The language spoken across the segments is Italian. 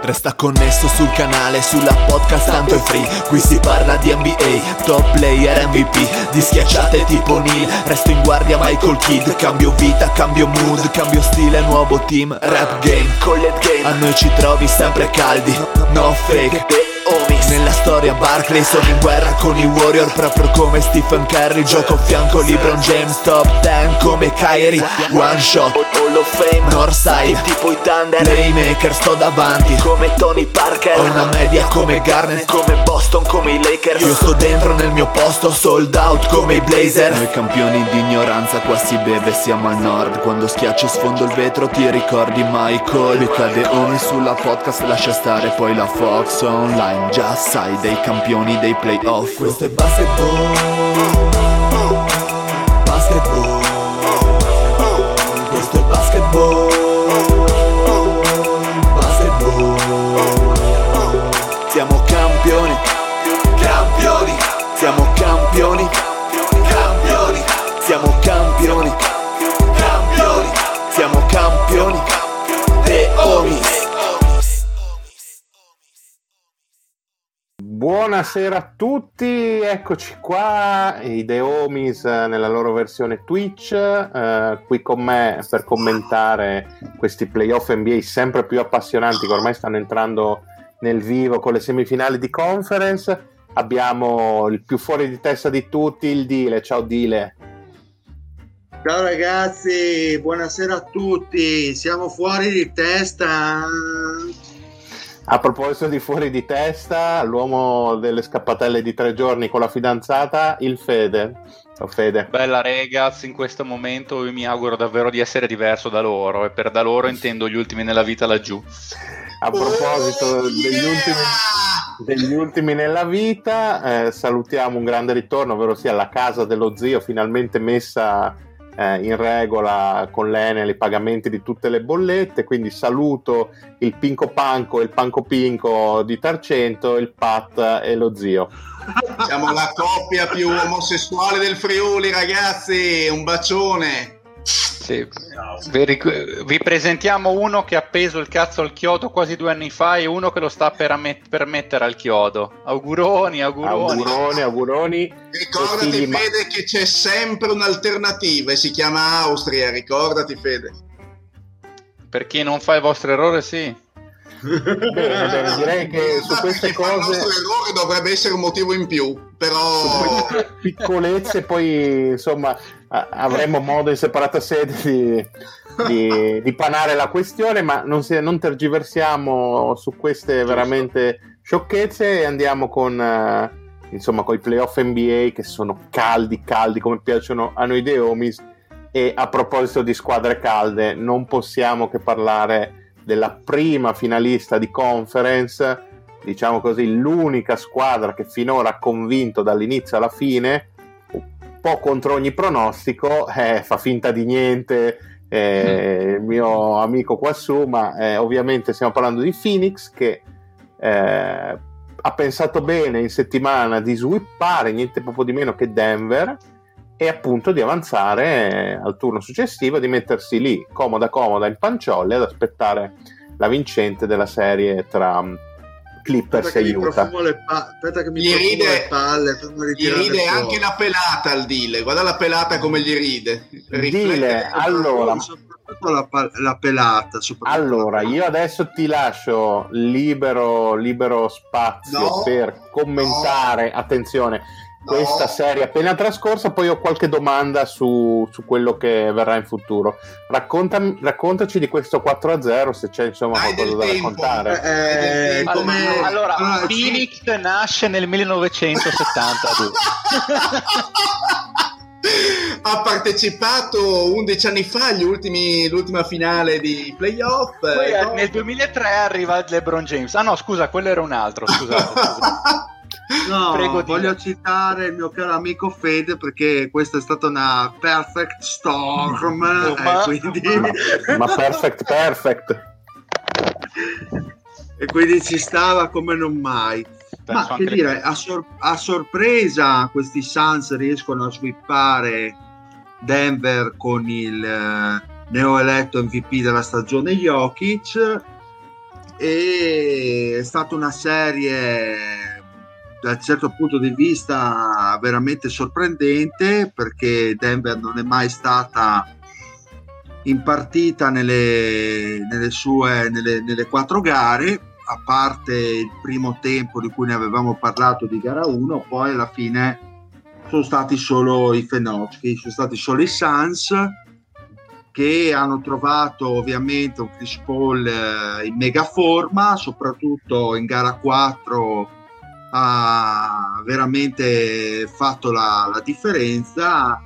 Resta connesso sul canale, sulla podcast tanto è free. Qui si parla di NBA, top player MVP, di schiacciate tipo Neil. Resto in guardia Michael Kidd. Cambio vita, cambio mood, cambio stile, nuovo team. Rap game, collet game, a noi ci trovi sempre caldi. No fake, homies. Nella storia Barkley, sono in guerra con i Warrior, proprio come Stephen Curry. Gioco a fianco LeBron James, top 10 come Kyrie. One shot, Hall of Fame, Northside, tipo i Thunder. Playmaker, sto davanti come Tony Parker. Ho una media come Garnett, come Boston, come i Lakers. Io sto dentro nel mio posto, sold out come i Blazer. Noi campioni di ignoranza, qua si beve, siamo al nord. Quando schiaccio sfondo il vetro ti ricordi Michael. Mi cade ogni sulla podcast, lascia stare poi la Fox online. Già sai, dei campioni dei playoff. Questo è basketball, basketball. Questo è basketball, basketball. Siamo campioni, campioni. Siamo campioni, campioni. Siamo campioni, campioni. Siamo campioni, The Homies. Buonasera a tutti, eccoci qua, i The Homies nella loro versione Twitch, qui con me per commentare questi playoff NBA sempre più appassionanti che ormai stanno entrando nel vivo con le semifinali di conference. Abbiamo il più fuori di testa di tutti, il Dile. Ciao Dile. Ciao ragazzi, buonasera a tutti, siamo fuori di testa. A proposito di fuori di testa, l'uomo delle scappatelle di 3 giorni con la fidanzata, il Fede. Ciao Fede. Bella ragazzi, in questo momento io mi auguro davvero di essere diverso da loro, e per da loro intendo gli ultimi nella vita laggiù. A proposito degli ultimi nella vita, salutiamo un grande ritorno, ovvero sia la casa dello zio, finalmente messa in regola con l'Enel, i pagamenti di tutte le bollette, quindi saluto il Pinco Panco e il Panco Pinco di Tarcento, il Pat e lo zio. Siamo la coppia più omosessuale del Friuli, ragazzi, un bacione. Sì. Vi presentiamo uno che ha appeso il cazzo al chiodo quasi 2 anni fa e uno che lo sta per mettere al chiodo. Auguroni. Auguroni. Ricordati Fede che c'è sempre un'alternativa e si chiama Austria, ricordati Fede. Per chi non fa il vostro errore, sì. Bene, direi che su queste cose il nostro errore dovrebbe essere un motivo in più, però su queste piccolezze poi insomma avremo modo in separata sede di panare la questione, ma non tergiversiamo su queste veramente sciocchezze e andiamo con i playoff NBA che sono caldi come piacciono a noi The Homies. E a proposito di squadre calde, non possiamo che parlare della prima finalista di conference, diciamo così, l'unica squadra che finora ha convinto dall'inizio alla fine, un po' contro ogni pronostico, fa finta di niente il mio amico quassù, ma ovviamente stiamo parlando di Phoenix che ha pensato bene in settimana di swippare niente poco di meno che Denver e appunto di avanzare al turno successivo, di mettersi lì comoda in panciolle ad aspettare la vincente della serie tra Clippers e Utah. Aspetta che mi profumo le palle gli ride anche la pelata al Dile, guarda la pelata come gli ride. Dile, allora soprattutto la pelata allora io adesso ti lascio libero spazio per commentare, attenzione, questa serie appena trascorsa, poi ho qualche domanda su quello che verrà in futuro. Raccontaci di questo 4-0, se c'è insomma qualcosa da raccontare. Allora, Phoenix nasce nel 1972. Ha partecipato 11 anni fa l'ultima finale di playoff. Poi nel 2003 arriva LeBron James. Ah no, scusa, quello era un altro, scusate. No, voglio citare il mio caro amico Fede perché questa è stata una perfect storm, quindi... ma perfect e quindi ci stava come non mai. Ma che dire, a sorpresa questi Suns riescono a swippare Denver con il neoeletto MVP della stagione Jokic. e è stata una serie da un certo punto di vista veramente sorprendente, perché Denver non è mai stata in partita nelle 4 gare, a parte il primo tempo di cui ne avevamo parlato di gara 1. Poi alla fine sono stati solo i Fenocchi, sono stati solo i Suns, che hanno trovato ovviamente un Chris Paul in mega forma, soprattutto in gara 4 ha veramente fatto la differenza,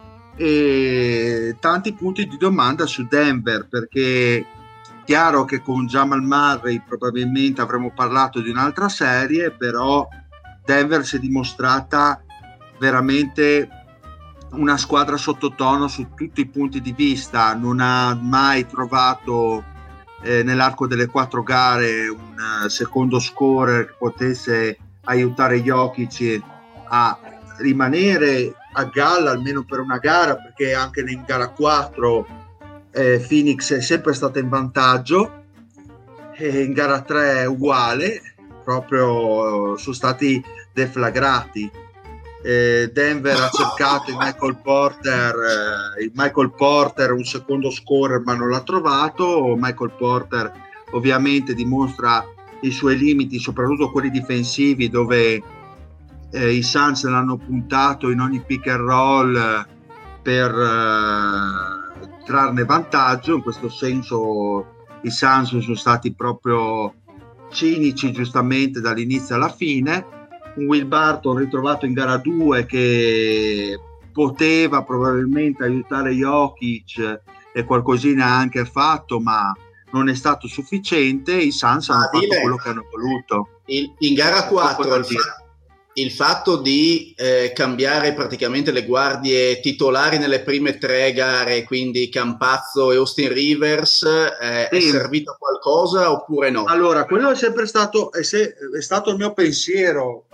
e tanti punti di domanda su Denver, perché chiaro che con Jamal Murray probabilmente avremmo parlato di un'altra serie, però Denver si è dimostrata veramente una squadra sottotono su tutti i punti di vista. Non ha mai trovato nell'arco delle 4 gare un secondo scorer che potesse aiutare Jokic a rimanere a galla almeno per una gara, perché anche in gara 4 Phoenix è sempre stata in vantaggio, e in gara 3 è uguale, proprio sono stati deflagrati. Denver ha cercato il Michael Porter un secondo scorer, ma non l'ha trovato. Michael Porter ovviamente dimostra i suoi limiti, soprattutto quelli difensivi, dove i Suns l'hanno puntato in ogni pick and roll per trarne vantaggio. In questo senso i Suns sono stati proprio cinici, giustamente, dall'inizio alla fine. Un Will Barton ritrovato in gara 2 che poteva probabilmente aiutare Jokic, e qualcosina ha anche fatto, ma non è stato sufficiente. I Suns hanno fatto quello che hanno voluto. In gara 4 il fatto di cambiare praticamente le guardie titolari nelle prime 3 gare, quindi Campazzo e Austin Rivers, è servito a qualcosa oppure no? Allora, quello è sempre stato è stato il mio pensiero,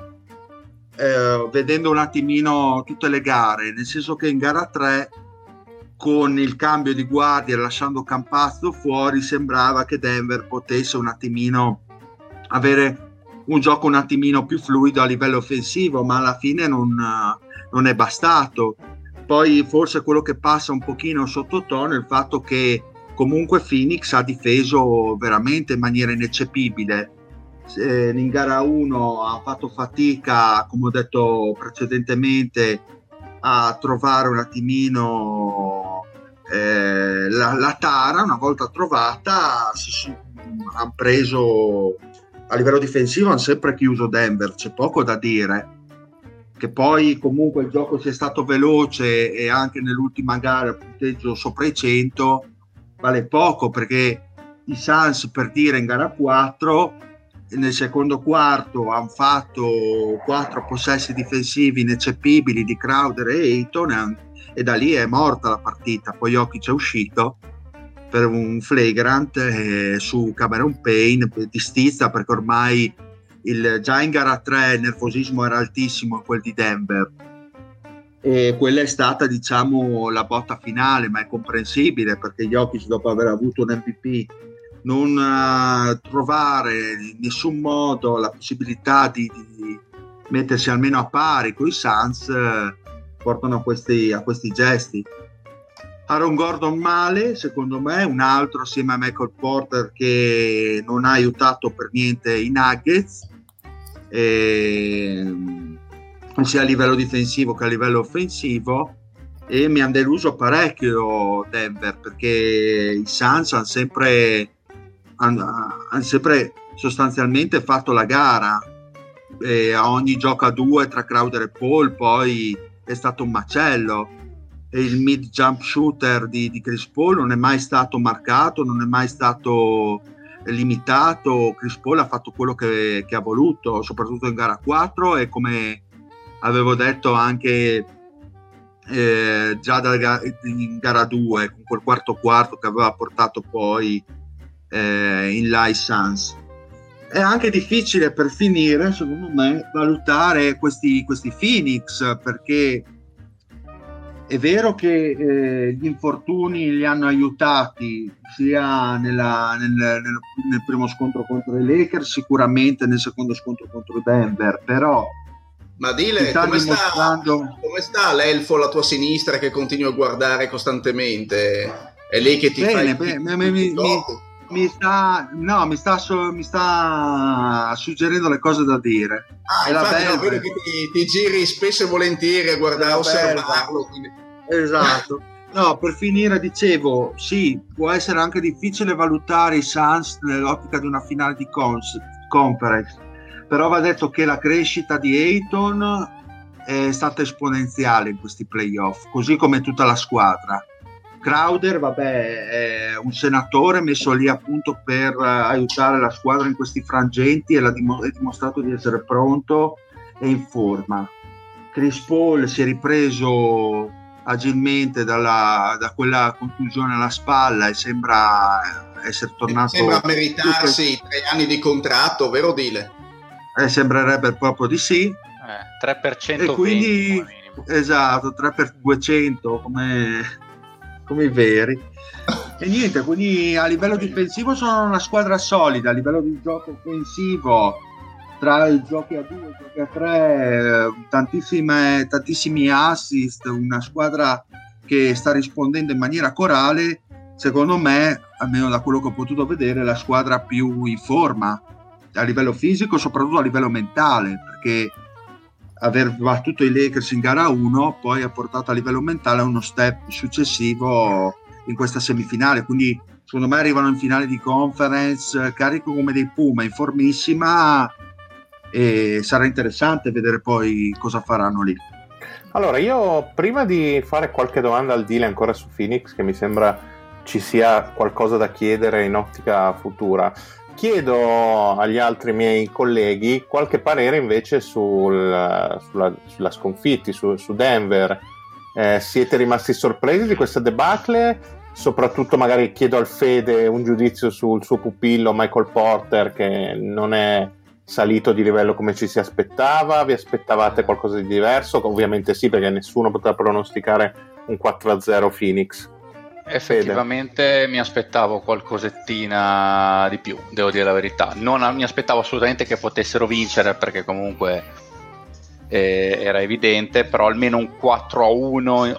vedendo un attimino tutte le gare, nel senso che in gara 3, con il cambio di guardia, lasciando Campazzo fuori, sembrava che Denver potesse un attimino avere un gioco un attimino più fluido a livello offensivo, ma alla fine non è bastato. Poi forse quello che passa un pochino sottotono è il fatto che comunque Phoenix ha difeso veramente in maniera ineccepibile. In gara 1 ha fatto fatica, come ho detto precedentemente, a trovare un attimino la tara. Una volta trovata hanno preso, a livello difensivo hanno sempre chiuso Denver, c'è poco da dire. Che poi comunque il gioco sia stato veloce e anche nell'ultima gara il punteggio sopra i 100 vale poco, perché i Suns, per dire, in gara 4 nel secondo quarto hanno fatto 4 possessi difensivi ineccepibili di Crowder e Ayton, e da lì è morta la partita. Poi Jokic è uscito per un flagrant su Cameron Payne di stizza, perché ormai già in gara 3 il nervosismo era altissimo in quel di Denver, e quella è stata, diciamo, la botta finale, ma è comprensibile, perché Jokic, dopo aver avuto un MVP, non trovare in nessun modo la possibilità di mettersi almeno a pari con i Suns, portano a questi gesti. Aaron Gordon male, secondo me, un altro assieme a Michael Porter che non ha aiutato per niente i Nuggets, sia a livello difensivo che a livello offensivo, e mi hanno deluso parecchio Denver, perché i Suns hanno sempre sostanzialmente fatto la gara, a ogni gioco a 2 tra Crowder e Paul poi è stato un macello, e il mid jump shooter di Chris Paul non è mai stato marcato, non è mai stato limitato. Chris Paul ha fatto quello che ha voluto, soprattutto in gara 4, e come avevo detto anche già in gara 2, con quel quarto che aveva portato poi in là i Suns. È anche difficile, per finire, secondo me, valutare questi Phoenix, perché È vero che gli infortuni li hanno aiutati sia nel primo scontro contro i Lakers, sicuramente nel secondo scontro contro i Denver, però ma Dile, come sta l'elfo alla tua sinistra che continui a guardare costantemente? È lì che ti bene, mi sta suggerendo le cose da dire. Infatti, vedo che ti giri spesso e volentieri a guardare, a osservarlo. Quindi. Esatto. No, per finire dicevo, sì, può essere anche difficile valutare i Suns nell'ottica di una finale di conference, però va detto che la crescita di Ayton è stata esponenziale in questi playoff, così come tutta la squadra. Crowder, vabbè, è un senatore messo lì appunto per aiutare la squadra in questi frangenti e è dimostrato di essere pronto e in forma. Chris Paul si è ripreso agilmente da quella contusione alla spalla e sembra essere tornato, sembra meritarsi 3 anni di contratto, vero Dile? Sembrerebbe proprio di sì, 3% e quindi 20, esatto, 3x200 come i veri. E niente, quindi a livello difensivo sono una squadra solida, a livello di gioco offensivo tra i giochi a 2 e i giochi a 3 tantissimi assist, una squadra che sta rispondendo in maniera corale. Secondo me, almeno da quello che ho potuto vedere, la squadra più in forma a livello fisico, soprattutto a livello mentale, perché aver battuto i Lakers in gara 1 poi ha portato a livello mentale a uno step successivo in questa semifinale, quindi secondo me arrivano in finale di conference carico come dei Puma, in formissima, e sarà interessante vedere poi cosa faranno lì. Allora, io prima di fare qualche domanda al Dile ancora su Phoenix, che mi sembra ci sia qualcosa da chiedere in ottica futura, chiedo agli altri miei colleghi qualche parere invece sulla sconfitta, su Denver. Siete rimasti sorpresi di questa debacle? Soprattutto magari chiedo al Fede un giudizio sul suo pupillo Michael Porter, che non è salito di livello come ci si aspettava. Vi aspettavate qualcosa di diverso? Ovviamente sì, perché nessuno poteva pronosticare un 4-0 Phoenix. Effettivamente mi aspettavo qualcosettina di più, devo dire la verità. Non mi aspettavo assolutamente che potessero vincere, perché comunque era evidente, però almeno un 4-1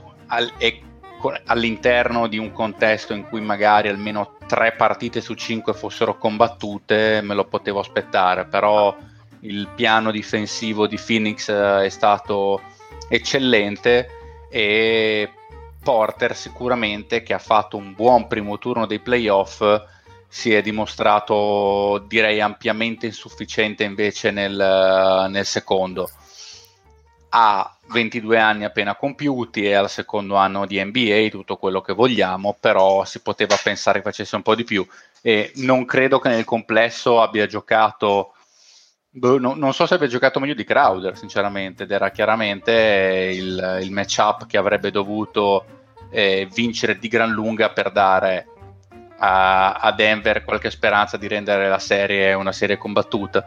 all'interno di un contesto in cui magari almeno 3 partite su 5 fossero combattute me lo potevo aspettare. Però il piano difensivo di Phoenix è stato eccellente, e Porter sicuramente, che ha fatto un buon primo turno dei playoff, si è dimostrato direi ampiamente insufficiente invece nel secondo. Ha 22 anni appena compiuti, è al secondo anno di NBA, tutto quello che vogliamo, però si poteva pensare che facesse un po' di più, e non credo che nel complesso abbia giocato, non so se abbia giocato meglio di Crowder sinceramente, ed era chiaramente il matchup che avrebbe dovuto vincere di gran lunga per dare a Denver qualche speranza di rendere la serie una serie combattuta.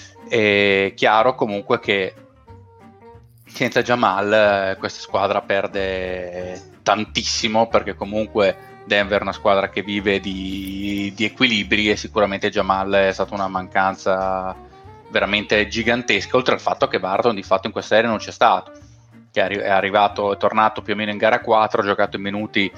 È chiaro comunque che senza Jamal questa squadra perde tantissimo, perché comunque Denver è una squadra che vive di equilibri, e sicuramente Jamal è stata una mancanza veramente gigantesca, oltre al fatto che Barton di fatto in questa serie non c'è stato, che è tornato più o meno in gara 4, ha giocato in minuti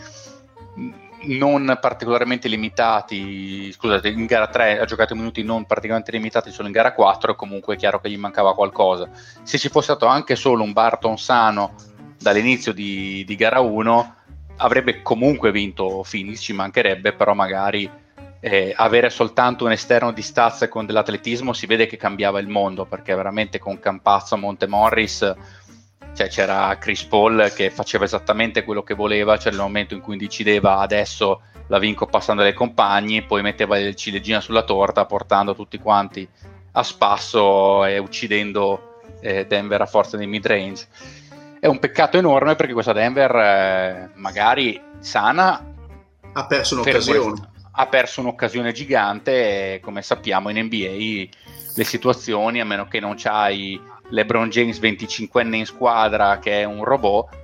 non particolarmente limitati, scusate, in gara 3 ha giocato in minuti non particolarmente limitati solo in gara 4, e comunque è chiaro che gli mancava qualcosa. Se ci fosse stato anche solo un Barton sano dall'inizio di gara 1 avrebbe comunque vinto Phoenix, ci mancherebbe, però magari avere soltanto un esterno di stazza e con dell'atletismo si vede che cambiava il mondo, perché veramente con Campazzo, Montemorris, cioè c'era Chris Paul che faceva esattamente quello che voleva, cioè nel momento in cui decideva adesso la vinco passando ai compagni, poi metteva il ciliegina sulla torta portando tutti quanti a spasso e uccidendo Denver a forza di mid range. È un peccato enorme, perché questa Denver magari sana ha perso un'occasione. Ha perso un'occasione gigante, e come sappiamo in NBA le situazioni, a meno che non c'hai LeBron James 25enne in squadra che è un robot,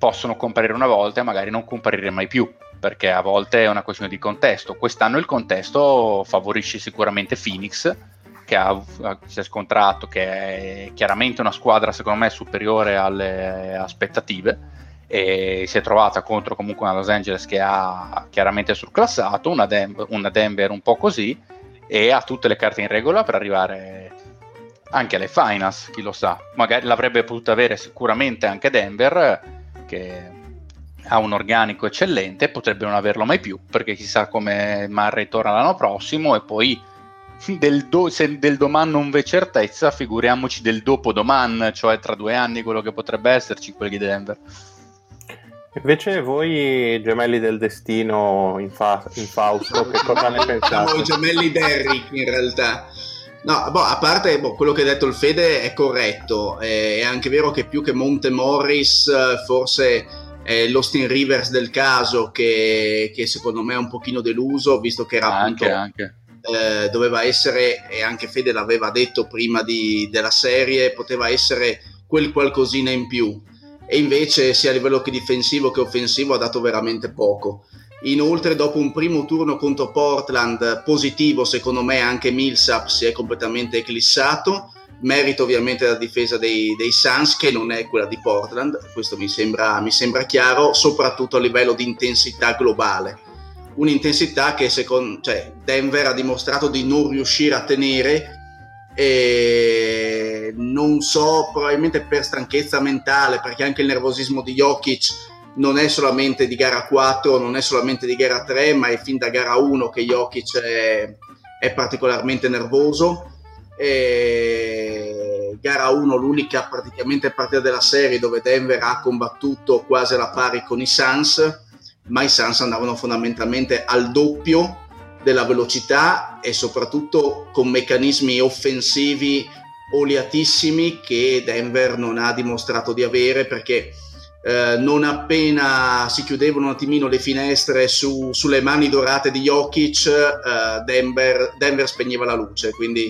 possono comparire una volta e magari non comparire mai più, perché a volte è una questione di contesto. Quest'anno il contesto favorisce sicuramente Phoenix, che si è scontrato, che è chiaramente una squadra secondo me superiore alle aspettative, e si è trovata contro comunque una Los Angeles che ha chiaramente surclassato, una Denver un po' così, e ha tutte le carte in regola per arrivare anche alle finals, chi lo sa. Magari l'avrebbe potuta avere sicuramente anche Denver, che ha un organico eccellente, potrebbe non averlo mai più, perché chissà come Murray torna l'anno prossimo, e poi se del domani non v'è certezza, figuriamoci del dopodomani, cioè tra 2 anni, quello che potrebbe esserci, quelli di Denver. Invece voi gemelli del destino in Fausto, che cosa ne pensate? Siamo i gemelli Derrick in realtà. No, a parte quello che ha detto il Fede è corretto, è anche vero che più che Monte Morris forse è l'Austin Rivers del caso che secondo me è un pochino deluso, visto che era anche. Doveva essere, e anche Fede l'aveva detto prima della serie, poteva essere quel qualcosina in più, e invece sia a livello che difensivo che offensivo ha dato veramente poco. Inoltre, dopo un primo turno contro Portland positivo, secondo me anche Millsap si è completamente eclissato, merito ovviamente della difesa dei Suns, che non è quella di Portland, questo mi sembra chiaro, soprattutto a livello di intensità globale, un'intensità che Denver ha dimostrato di non riuscire a tenere, e non so, probabilmente per stanchezza mentale, perché anche il nervosismo di Jokic non è solamente di gara 4, non è solamente di gara 3, ma è fin da gara 1 che Jokic è particolarmente nervoso. E gara 1 l'unica praticamente partita della serie dove Denver ha combattuto quasi alla pari con i Suns, ma i Suns andavano fondamentalmente al doppio della velocità e soprattutto con meccanismi offensivi oliatissimi che Denver non ha dimostrato di avere, perché non appena si chiudevano un attimino le finestre sulle mani dorate di Jokic, Denver spegneva la luce, quindi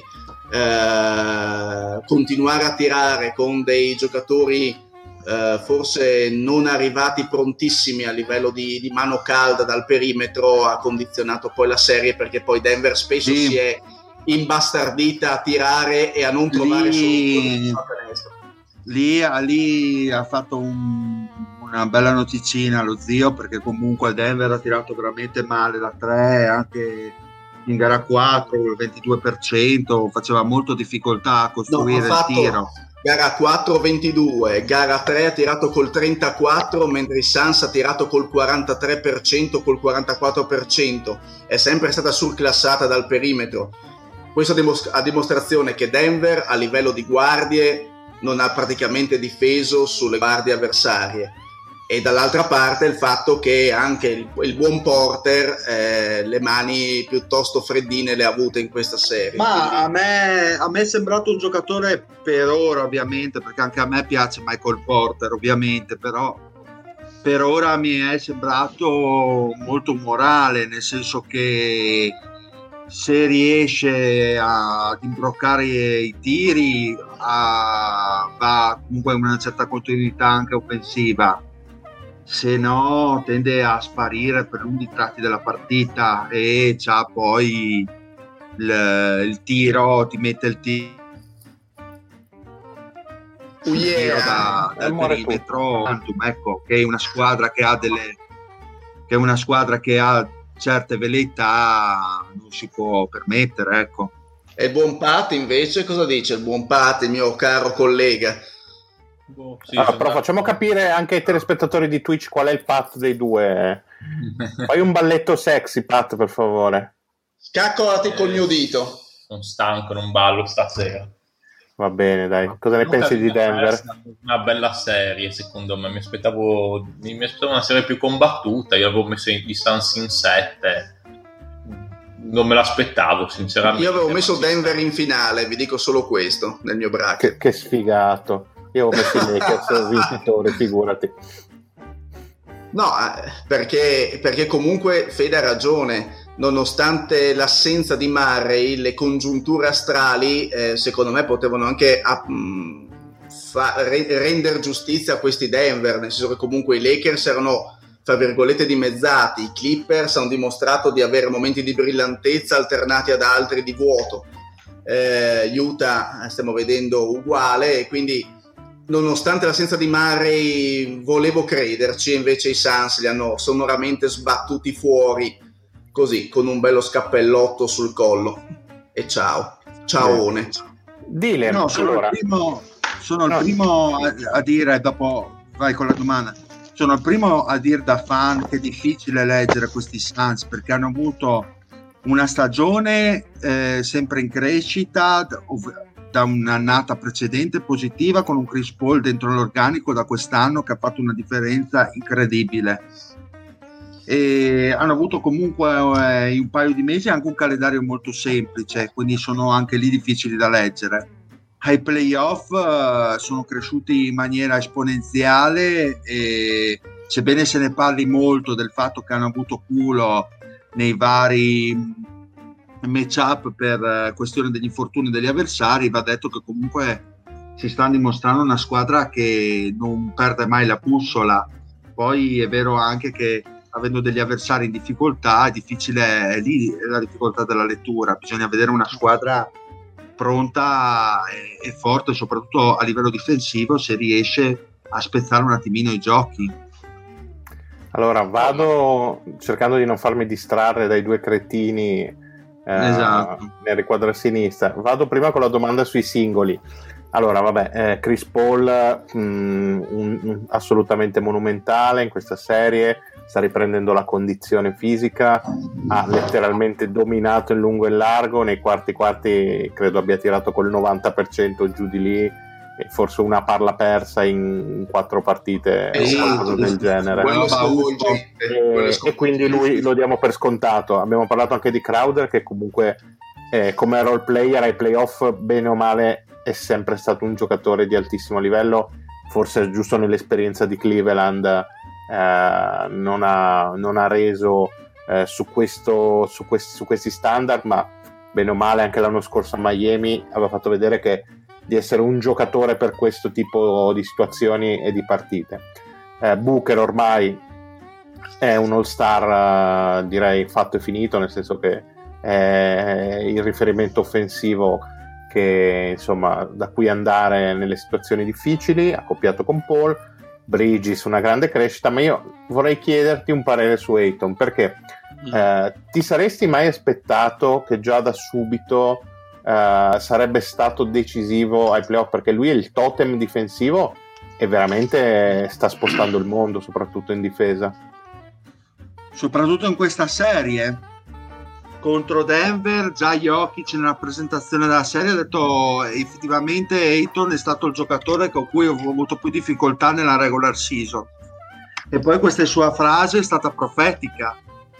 continuare a tirare con dei giocatori forse non arrivati prontissimi a livello di mano calda dal perimetro ha condizionato poi la serie, perché poi Denver spesso si è imbastardita a tirare e a non trovare soluzioni. Lì ha fatto una bella noticina lo zio, perché comunque Denver ha tirato veramente male da 3, anche in gara 4 il 22%, faceva molto difficoltà a costruire il tiro. Gara 4 22, gara 3 ha tirato col 34%, mentre il Suns ha tirato col 43%, col 44%, è sempre stata surclassata dal perimetro. Questo a dimostrazione che Denver a livello di guardie non ha praticamente difeso sulle guardie avversarie, e dall'altra parte il fatto che anche il buon Porter le mani piuttosto freddine le ha avute in questa serie. Ma a me è sembrato un giocatore, per ora ovviamente, perché anche a me piace Michael Porter ovviamente, però per ora mi è sembrato molto morale, nel senso che se riesce ad imbroccare i tiri va comunque in una certa continuità anche offensiva, se no tende a sparire per lunghi tratti della partita, e c'ha poi il tiro, ti mette il tiro dal perimetro, ecco, che è una squadra che ha certe velleità non si può permettere, ecco. E il buon Pat invece cosa dice? Il buon Pat, il mio caro collega. Però facciamo capire anche ai telespettatori di Twitch qual è il Pat dei due. Fai un balletto sexy, Pat, per favore. Scaccolati col mio dito. Sono stanco, non ballo stasera. Va bene, dai. Cosa ne pensi di Denver? Una bella serie, secondo me. Mi aspettavo una serie più combattuta. Io avevo messo i Suns in 7. Non me l'aspettavo, sinceramente. Io avevo messo Denver in finale, vi dico solo questo nel mio bracket. Che sfigato. Io ho messo i Lakers vincitore, figurati. No, perché comunque Fede ha ragione. Nonostante l'assenza di Murray, le congiunture astrali secondo me potevano anche rendere giustizia a questi Denver, nel senso che comunque i Lakers erano, tra virgolette, dimezzati, i Clippers hanno dimostrato di avere momenti di brillantezza alternati ad altri di vuoto, Utah stiamo vedendo uguale, e quindi nonostante l'assenza di Murray volevo crederci, invece i Suns li hanno sonoramente sbattuti fuori così, con un bello scappellotto sul collo, e ciaone. Dylan, no, sono allora. il primo a dire, dopo vai con la domanda, sono il primo a dire da fan che è difficile leggere questi Suns, perché hanno avuto una stagione sempre in crescita da un'annata precedente positiva, con un Chris Paul dentro l'organico da quest'anno che ha fatto una differenza incredibile, e hanno avuto comunque in un paio di mesi anche un calendario molto semplice, quindi sono anche lì difficili da leggere. Ai playoff sono cresciuti in maniera esponenziale, e sebbene se ne parli molto del fatto che hanno avuto culo nei vari match-up per questione degli infortuni degli avversari, va detto che comunque si stanno dimostrando una squadra che non perde mai la bussola. Poi è vero anche che avendo degli avversari in difficoltà è difficile, è lì la difficoltà della lettura, bisogna vedere una squadra pronta e forte, soprattutto a livello difensivo, se riesce a spezzare un attimino i giochi. Allora vado cercando di non farmi distrarre dai due cretini Esatto. nel riquadro a sinistra. Vado prima con la domanda sui singoli. Allora vabbè, Chris Paul assolutamente monumentale in questa serie, sta riprendendo la condizione fisica, ha letteralmente dominato in lungo e in largo, nei quarti credo abbia tirato col 90% giù di lì, e forse una parla persa in 4 partite o qualcosa del genere. E quindi lui lo diamo per scontato. Abbiamo parlato anche di Crowder, che comunque come role player ai playoff bene o male è sempre stato un giocatore di altissimo livello, forse giusto nell'esperienza di Cleveland non ha reso su questi standard, ma bene o male anche l'anno scorso a Miami aveva fatto vedere di essere un giocatore per questo tipo di situazioni e di partite. Booker ormai è un all-star, direi fatto e finito, nel senso che è il riferimento offensivo che insomma da cui andare nelle situazioni difficili, accoppiato con Paul. Bridges una grande crescita, ma io vorrei chiederti un parere su Ayton, perché ti saresti mai aspettato che già da subito sarebbe stato decisivo ai playoff, perché lui è il totem difensivo e veramente sta spostando il mondo, soprattutto in difesa, soprattutto in questa serie contro Denver. Già Jokic nella presentazione della serie ha detto effettivamente Ayton è stato il giocatore con cui ho avuto più difficoltà nella regular season, e poi questa sua frase è stata profetica,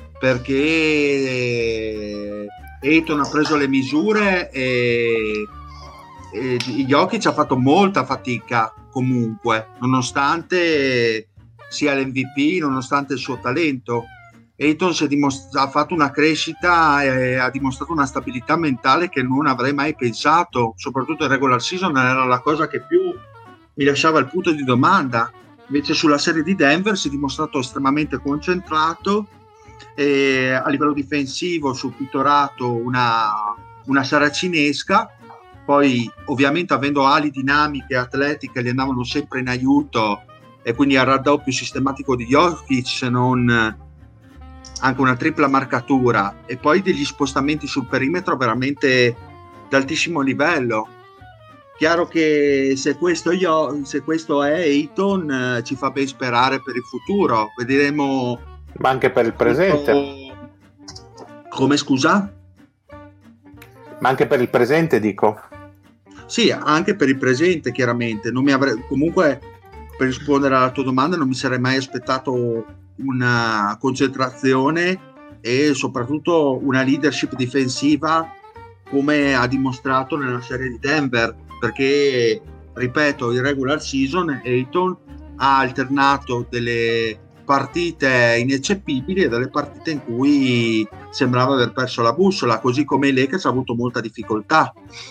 perché Ayton ha preso le misure e Jokic ha fatto molta fatica comunque, nonostante sia l'MVP, nonostante il suo talento. Ayton ha fatto una crescita e ha dimostrato una stabilità mentale che non avrei mai pensato, soprattutto in regular season era la cosa che più mi lasciava il punto di domanda. Invece sulla serie di Denver si è dimostrato estremamente concentrato, e a livello difensivo ha subitorato una saracinesca. Poi ovviamente avendo ali dinamiche e atletiche gli andavano sempre in aiuto, e quindi al raddoppio sistematico di Jokic, se non anche una tripla marcatura, e poi degli spostamenti sul perimetro veramente d'altissimo livello. Chiaro che se questo è Ayton, ci fa ben sperare per il futuro, vedremo. Ma anche per il presente. Come, scusa? Ma anche per il presente, dico. Sì, anche per il presente, chiaramente. Comunque, per rispondere alla tua domanda, non mi sarei mai aspettato una concentrazione e soprattutto una leadership difensiva come ha dimostrato nella serie di Denver, perché, ripeto, in regular season Ayton ha alternato delle partite ineccepibili e delle partite in cui sembrava aver perso la bussola, così come i Lakers ha avuto molta difficoltà.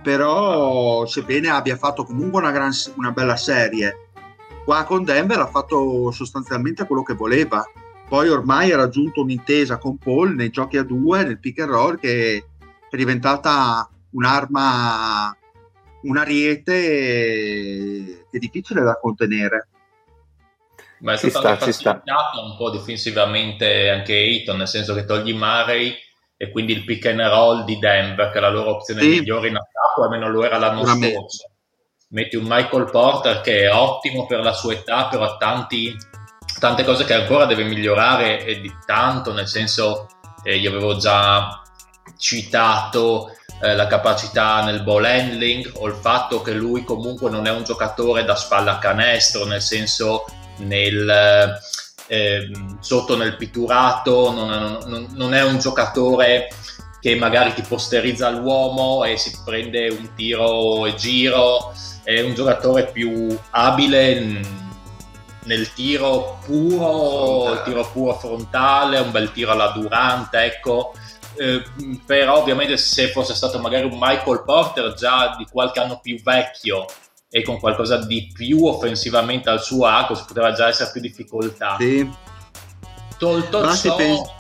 però sebbene abbia fatto comunque una bella serie, qua con Denver ha fatto sostanzialmente quello che voleva. Poi ormai ha raggiunto un'intesa con Paul nei giochi a due, nel pick and roll, che è diventata un'arma, un ariete che è difficile da contenere. Ma è stata facilitata un po' difensivamente anche Ayton, nel senso che togli Murray e quindi il pick and roll di Denver, che è la loro opzione migliore in attacco, almeno lo era l'anno scorso. Metti un Michael Porter che è ottimo per la sua età, però ha tante cose che ancora deve migliorare, e di tanto, nel senso, io avevo già citato la capacità nel ball handling, o il fatto che lui comunque non è un giocatore da spalla a canestro, nel senso sotto nel pitturato, non è un giocatore che magari ti posterizza l'uomo e si prende un tiro e giro, è un giocatore più abile nel tiro puro, il tiro puro frontale, un bel tiro alla Durant, ecco. Però ovviamente se fosse stato magari un Michael Porter già di qualche anno più vecchio e con qualcosa di più offensivamente al suo arco, si poteva già essere più difficoltà. Sì. Tolto ciò,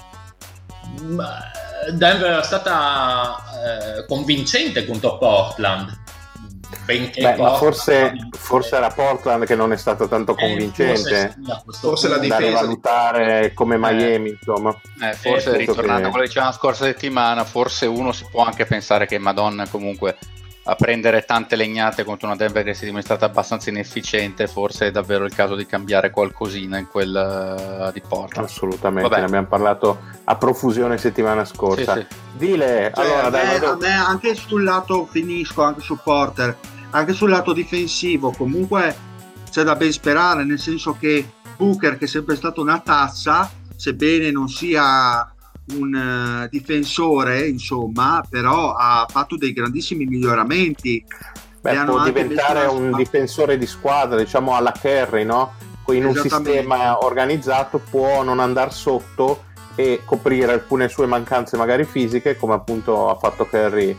Denver era stata convincente contro Portland. Ma forse era Portland che non è stato tanto convincente, forse la difesa da rivalutare come Miami, insomma. Forse ritornando a quello che dicevamo la scorsa settimana, forse uno si può anche pensare che Madonna comunque a prendere tante legnate contro una Denver che si è dimostrata abbastanza inefficiente, forse è davvero il caso di cambiare qualcosina in quel di Portland. Assolutamente. Vabbè. Ne abbiamo parlato a profusione settimana scorsa. Sì. Dile, allora, a me anche sul lato, finisco anche su Porter, anche sul lato difensivo comunque c'è da ben sperare, nel senso che Booker, che è sempre stato una tazza, sebbene non sia un difensore, insomma, però ha fatto dei grandissimi miglioramenti. Può diventare un difensore di squadra, diciamo alla Curry, no? In un sistema organizzato può non andare sotto e coprire alcune sue mancanze magari fisiche, come appunto ha fatto Curry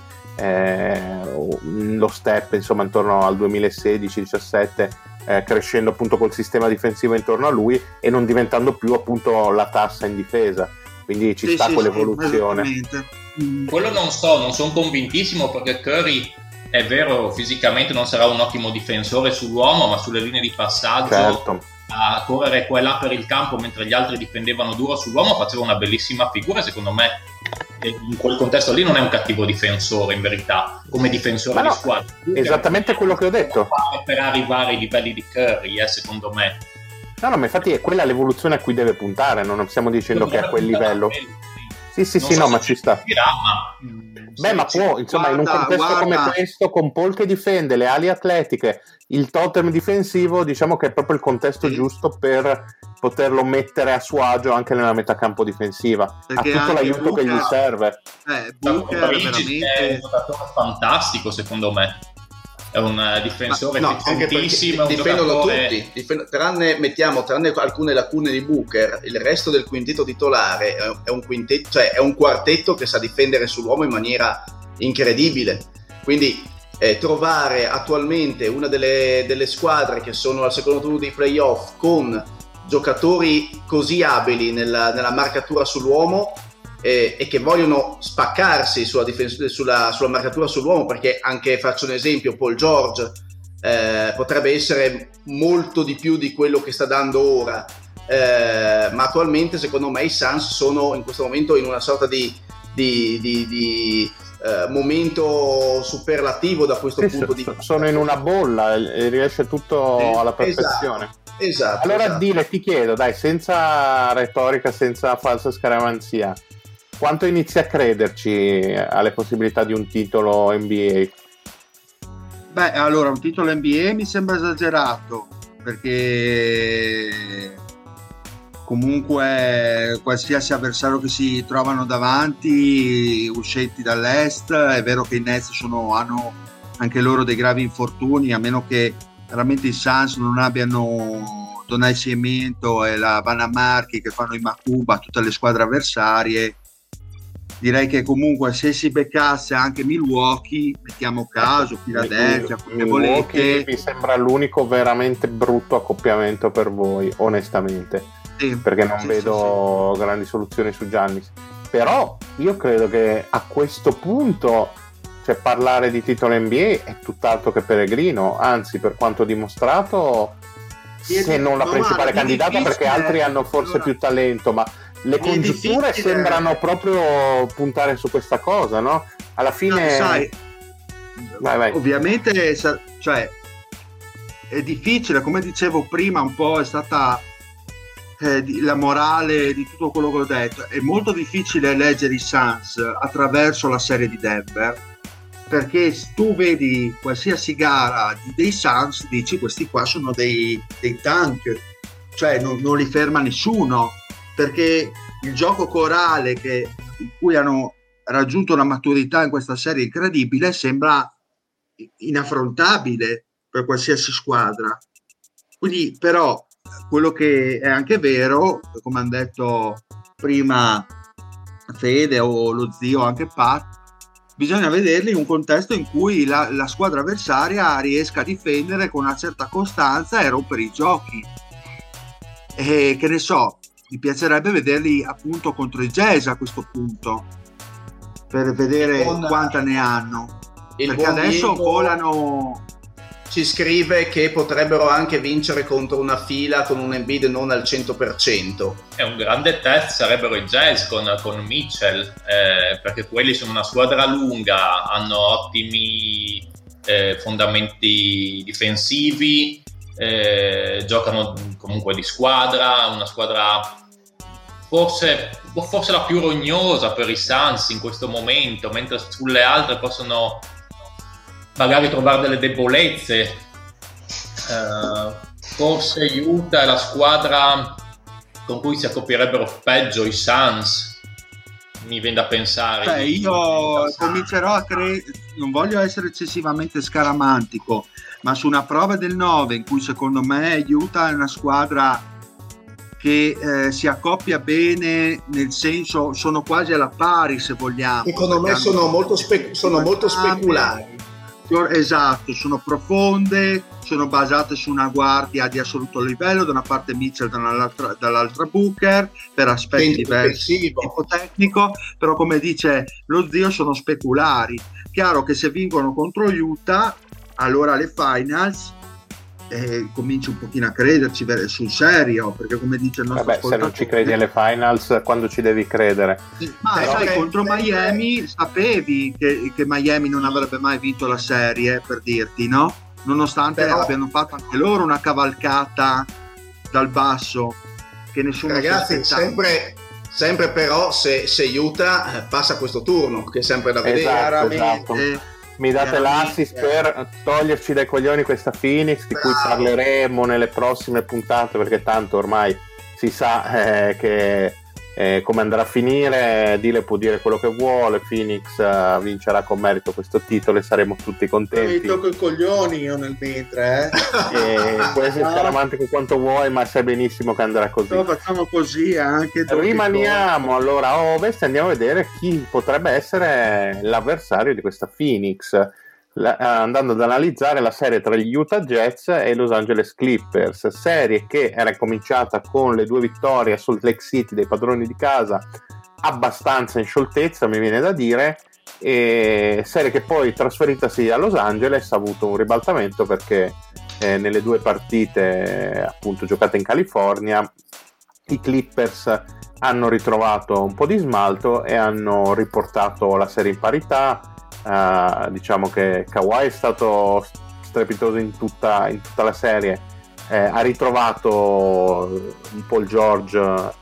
lo step, insomma, intorno al 2016-17, crescendo appunto col sistema difensivo intorno a lui e non diventando più appunto la tassa in difesa. Quindi ci sta quell'evoluzione. Quello non sono convintissimo, perché Curry è vero fisicamente non sarà un ottimo difensore sull'uomo, ma sulle linee di passaggio a correre qua e là per il campo mentre gli altri difendevano duro sull'uomo faceva una bellissima figura. Secondo me in quel contesto lì non è un cattivo difensore in verità, come difensore di squadra. Esattamente quello che ho detto, per arrivare ai livelli di Curry, secondo me. No, ma infatti è quella l'evoluzione a cui deve puntare, non stiamo dicendo che è a quel livello. Sì, no, ma ci sta. Ma può, insomma, in un contesto come questo, con Paul che difende, le ali atletiche, il totem difensivo, diciamo che è proprio il contesto giusto per poterlo mettere a suo agio anche nella metà campo difensiva. Perché ha tutto l'aiuto che gli serve. Booker è un giocatore fantastico, secondo me. È un difensore efficientissimo, difendono tutti, tranne alcune lacune di Booker. Il resto del quintetto titolare è un quintetto, cioè è un quartetto che sa difendere sull'uomo in maniera incredibile. Quindi trovare attualmente una delle squadre che sono al secondo turno dei playoff con giocatori così abili nella marcatura sull'uomo e che vogliono spaccarsi sulla marcatura sull'uomo, perché anche, faccio un esempio, Paul George potrebbe essere molto di più di quello che sta dando ora, ma attualmente secondo me i Suns sono in questo momento in una sorta di momento superlativo da questo punto di vista. Sono in una bolla e riesce tutto alla perfezione. Esatto. Allora Dile, ti chiedo, dai, senza retorica, senza falsa scaramanzia, quanto inizi a crederci alle possibilità di un titolo NBA? Allora, un titolo NBA mi sembra esagerato, perché comunque qualsiasi avversario che si trovano davanti, uscenti dall'est, è vero che i Nets hanno anche loro dei gravi infortuni, a meno che veramente i Suns non abbiano Donai Cemento e la Vanna Marchi che fanno i Makuba a tutte le squadre avversarie. direi che comunque se si beccasse anche Milwaukee, mettiamo caso, Philadelphia, Milwaukee mi sembra l'unico veramente brutto accoppiamento per voi, onestamente, perché non vedo grandi soluzioni su Giannis. Però io credo che a questo punto, cioè, parlare di titolo NBA è tutt'altro che peregrino, anzi, per quanto dimostrato, se non la principale candidata, perché altri hanno forse più talento, ma le congiunture sembrano proprio puntare su questa cosa, no? Alla fine, sai, vai. Ovviamente, cioè, è difficile, come dicevo prima, un po' è stata la morale di tutto quello che ho detto. È molto difficile leggere i Suns attraverso la serie di Denver, perché se tu vedi qualsiasi gara dei Suns, dici questi qua sono dei tank, cioè non li ferma nessuno, perché il gioco corale in cui hanno raggiunto una maturità in questa serie incredibile sembra inaffrontabile per qualsiasi squadra. Quindi, però, quello che è anche vero, come hanno detto prima Fede o lo zio, anche Pat, bisogna vederli in un contesto in cui la squadra avversaria riesca a difendere con una certa costanza e rompere i giochi. E che ne so, mi piacerebbe vederli appunto contro i Jazz a questo punto, per vedere quanta ne hanno, perché adesso volano. Ci scrive che potrebbero anche vincere contro una fila con un Embiid non al 100%. È un grande test, sarebbero i Jazz con Mitchell, perché quelli sono una squadra lunga, hanno ottimi fondamenti difensivi, giocano comunque di squadra, una squadra forse la più rognosa per i Suns in questo momento, mentre sulle altre possono magari trovare delle debolezze. Forse Utah è la squadra con cui si accopierebbero peggio i Suns, mi viene da pensare. Io comincerò a non voglio essere eccessivamente scaramantico, ma su una prova del 9 in cui secondo me Utah è una squadra che si accoppia bene, nel senso sono quasi alla pari, se vogliamo. Secondo me sono molto speculari. Esatto, sono profonde, sono basate su una guardia di assoluto livello, da una parte Mitchell, dall'altra Booker, per aspetti diversi tipo tecnico, però come dice lo zio sono speculari. Chiaro che se vincono contro Utah, allora le finals cominci un pochino a crederci sul serio, perché come dice il nostro se non ci credi alle finals, quando ci devi credere? Ma sai, contro Miami sapevi che Miami non avrebbe mai vinto la serie, per dirti, no? Nonostante abbiano fatto anche loro una cavalcata dal basso che nessuno ragazzi si aspettava. sempre però se Utah passa questo turno, che è sempre da vedere. Esatto. Mi date l'assist per toglierci dai coglioni questa Phoenix, di cui parleremo nelle prossime puntate, perché tanto ormai si sa che come andrà a finire. Dile può dire quello che vuole, Phoenix vincerà con merito questo titolo e saremo tutti contenti. Mi tocco i coglioni io nel mentre puoi essere scaramantico quanto vuoi, ma sai benissimo che andrà così. Facciamo così anche. Rimaniamo allora a Ovest e andiamo a vedere chi potrebbe essere l'avversario di questa Phoenix, andando ad analizzare la serie tra gli Utah Jazz e i Los Angeles Clippers, serie che era cominciata con le 2 vittorie a Salt Lake City dei padroni di casa, abbastanza in scioltezza mi viene da dire, e serie che poi trasferitasi a Los Angeles ha avuto un ribaltamento, perché nelle 2 partite appunto giocate in California i Clippers hanno ritrovato un po' di smalto e hanno riportato la serie in parità. Diciamo che Kawhi è stato strepitoso in tutta la serie, ha ritrovato un Paul George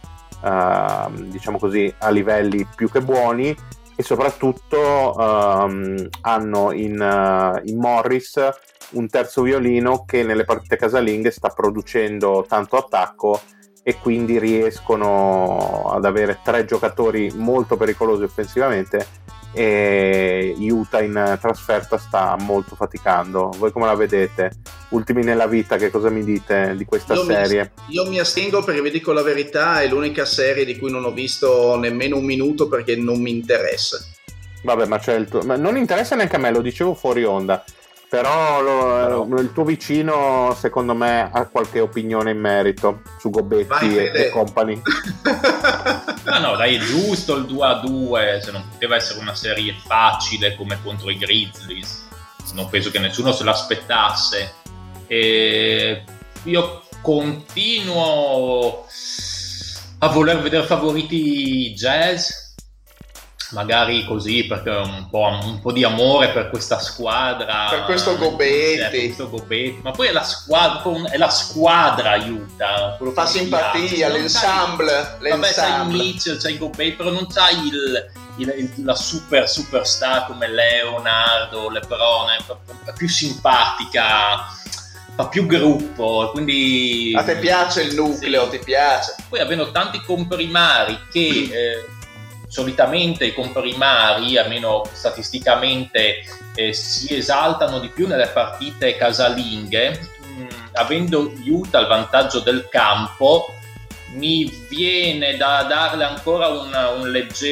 diciamo così a livelli più che buoni, e soprattutto hanno in Morris un terzo violino che nelle partite casalinghe sta producendo tanto attacco, e quindi riescono ad avere 3 giocatori molto pericolosi offensivamente e Utah in trasferta sta molto faticando. Voi come la vedete? Ultimi nella vita, che cosa mi dite di questa serie? Io mi astengo perché vi dico la verità, è l'unica serie di cui non ho visto nemmeno un minuto perché non mi interessa. Vabbè, ma c'è ma non interessa neanche a me, lo dicevo fuori onda, però il tuo vicino secondo me ha qualche opinione in merito su Gobetti e company. No, dai, è giusto il 2-2, se non poteva essere una serie facile come contro i Grizzlies, non penso che nessuno se l'aspettasse. E io continuo a voler vedere favoriti Jazz, magari così, perché ho un po' di amore per questa squadra, per questo Gobetti. Ma poi è la squadra aiuta, fa simpatia, l'ensemble. Vabbè, c'hai Mitchell, c'hai Gobetti, però non c'hai la superstar come Leonard o LeBron, è più simpatica, fa più gruppo, quindi a te piace il nucleo, sì. Ti piace. Poi avendo tanti comprimari che solitamente i comprimari, almeno statisticamente, si esaltano di più nelle partite casalinghe, avendo Utah il vantaggio del campo, mi viene da darle ancora una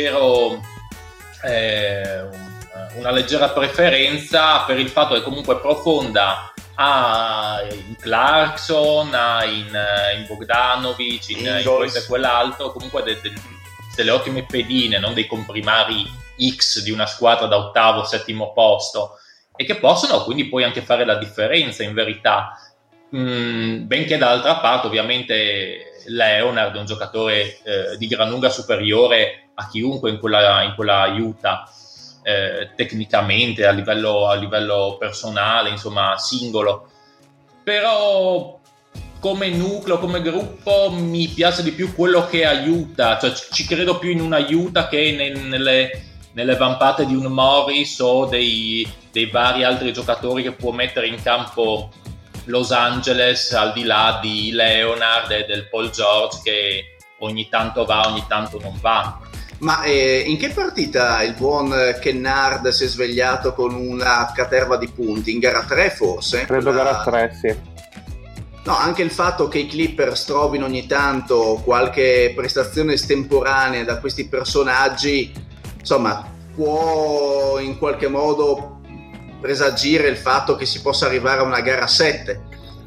leggera preferenza per il fatto che comunque profonda in Clarkson, in Bogdanovic, in questo e quell'altro, comunque delle ottime pedine, non dei comprimari X di una squadra da ottavo, settimo posto, e che possono quindi poi anche fare la differenza in verità, benché dall'altra parte ovviamente Leonard è un giocatore di gran lunga superiore a chiunque in quella Utah, tecnicamente, a livello personale, insomma singolo, però come nucleo, come gruppo mi piace di più quello che aiuta, cioè ci credo più in una Utah che nelle vampate di un Morris o dei vari altri giocatori che può mettere in campo Los Angeles, al di là di Leonard e del Paul George che ogni tanto va, ogni tanto non va. Ma in che partita il buon Kennard si è svegliato con una caterva di punti? In gara 3 forse? Credo gara 3, sì. No, anche il fatto che i Clippers trovino ogni tanto qualche prestazione estemporanea da questi personaggi, insomma, può in qualche modo presagire il fatto che si possa arrivare a una gara 7.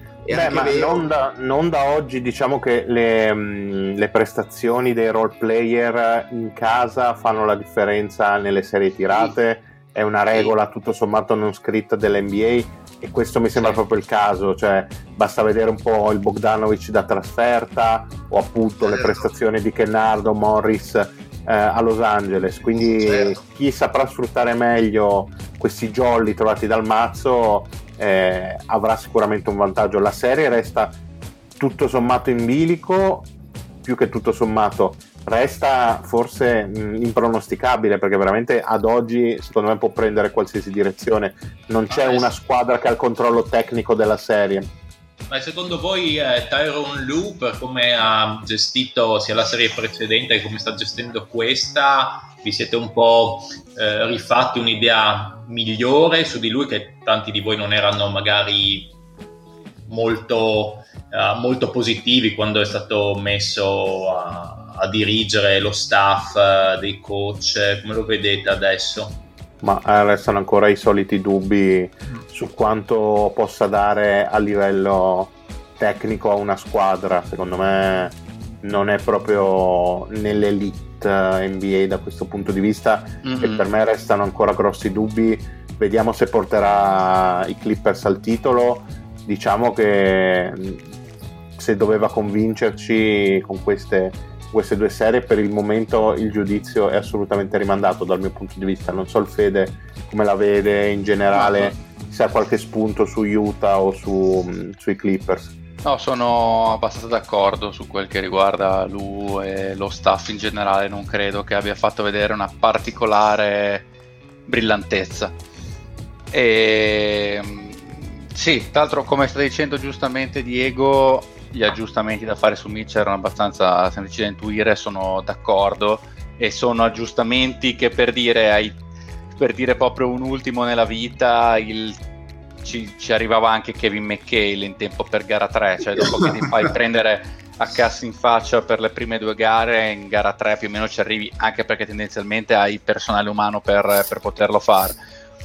Non da oggi, diciamo che le prestazioni dei role player in casa fanno la differenza nelle serie tirate, è una regola tutto sommato non scritta dell'NBA. E questo mi sembra proprio il caso, cioè basta vedere un po' il Bogdanovic da trasferta o appunto le prestazioni di Kennard o Morris a Los Angeles, quindi chi saprà sfruttare meglio questi jolly trovati dal mazzo avrà sicuramente un vantaggio. La serie resta tutto sommato in bilico, più che tutto sommato resta forse impronosticabile, perché veramente ad oggi secondo me può prendere qualsiasi direzione, non c'è una squadra che ha il controllo tecnico della serie. Ma secondo voi Tyronn Lue, per come ha gestito sia la serie precedente che come sta gestendo questa, vi siete un po' rifatti un'idea migliore su di lui, che tanti di voi non erano magari molto positivi quando è stato messo a dirigere lo staff dei coach? Come lo vedete adesso? Ma restano ancora i soliti dubbi su quanto possa dare a livello tecnico a una squadra. Secondo me non è proprio nell'elite NBA da questo punto di vista, e per me restano ancora grossi dubbi. Vediamo se porterà i Clippers al titolo. Diciamo che se doveva convincerci con queste due serie, per il momento il giudizio è assolutamente rimandato dal mio punto di vista. Non so il Fede come la vede in generale, se ha qualche spunto su Utah o sui Clippers. No, sono abbastanza d'accordo su quel che riguarda lui e lo staff in generale. Non credo che abbia fatto vedere una particolare brillantezza. Sì, tra l'altro, come sta dicendo giustamente Diego, gli aggiustamenti da fare su Mitchell erano abbastanza semplici da intuire, sono d'accordo, e sono aggiustamenti che, per dire, per dire proprio un ultimo nella vita, ci arrivava anche Kevin McHale in tempo per gara 3, cioè dopo che ti fai prendere a cazzo in faccia per le prime 2 gare, in gara 3 più o meno ci arrivi, anche perché tendenzialmente hai personale umano per poterlo fare.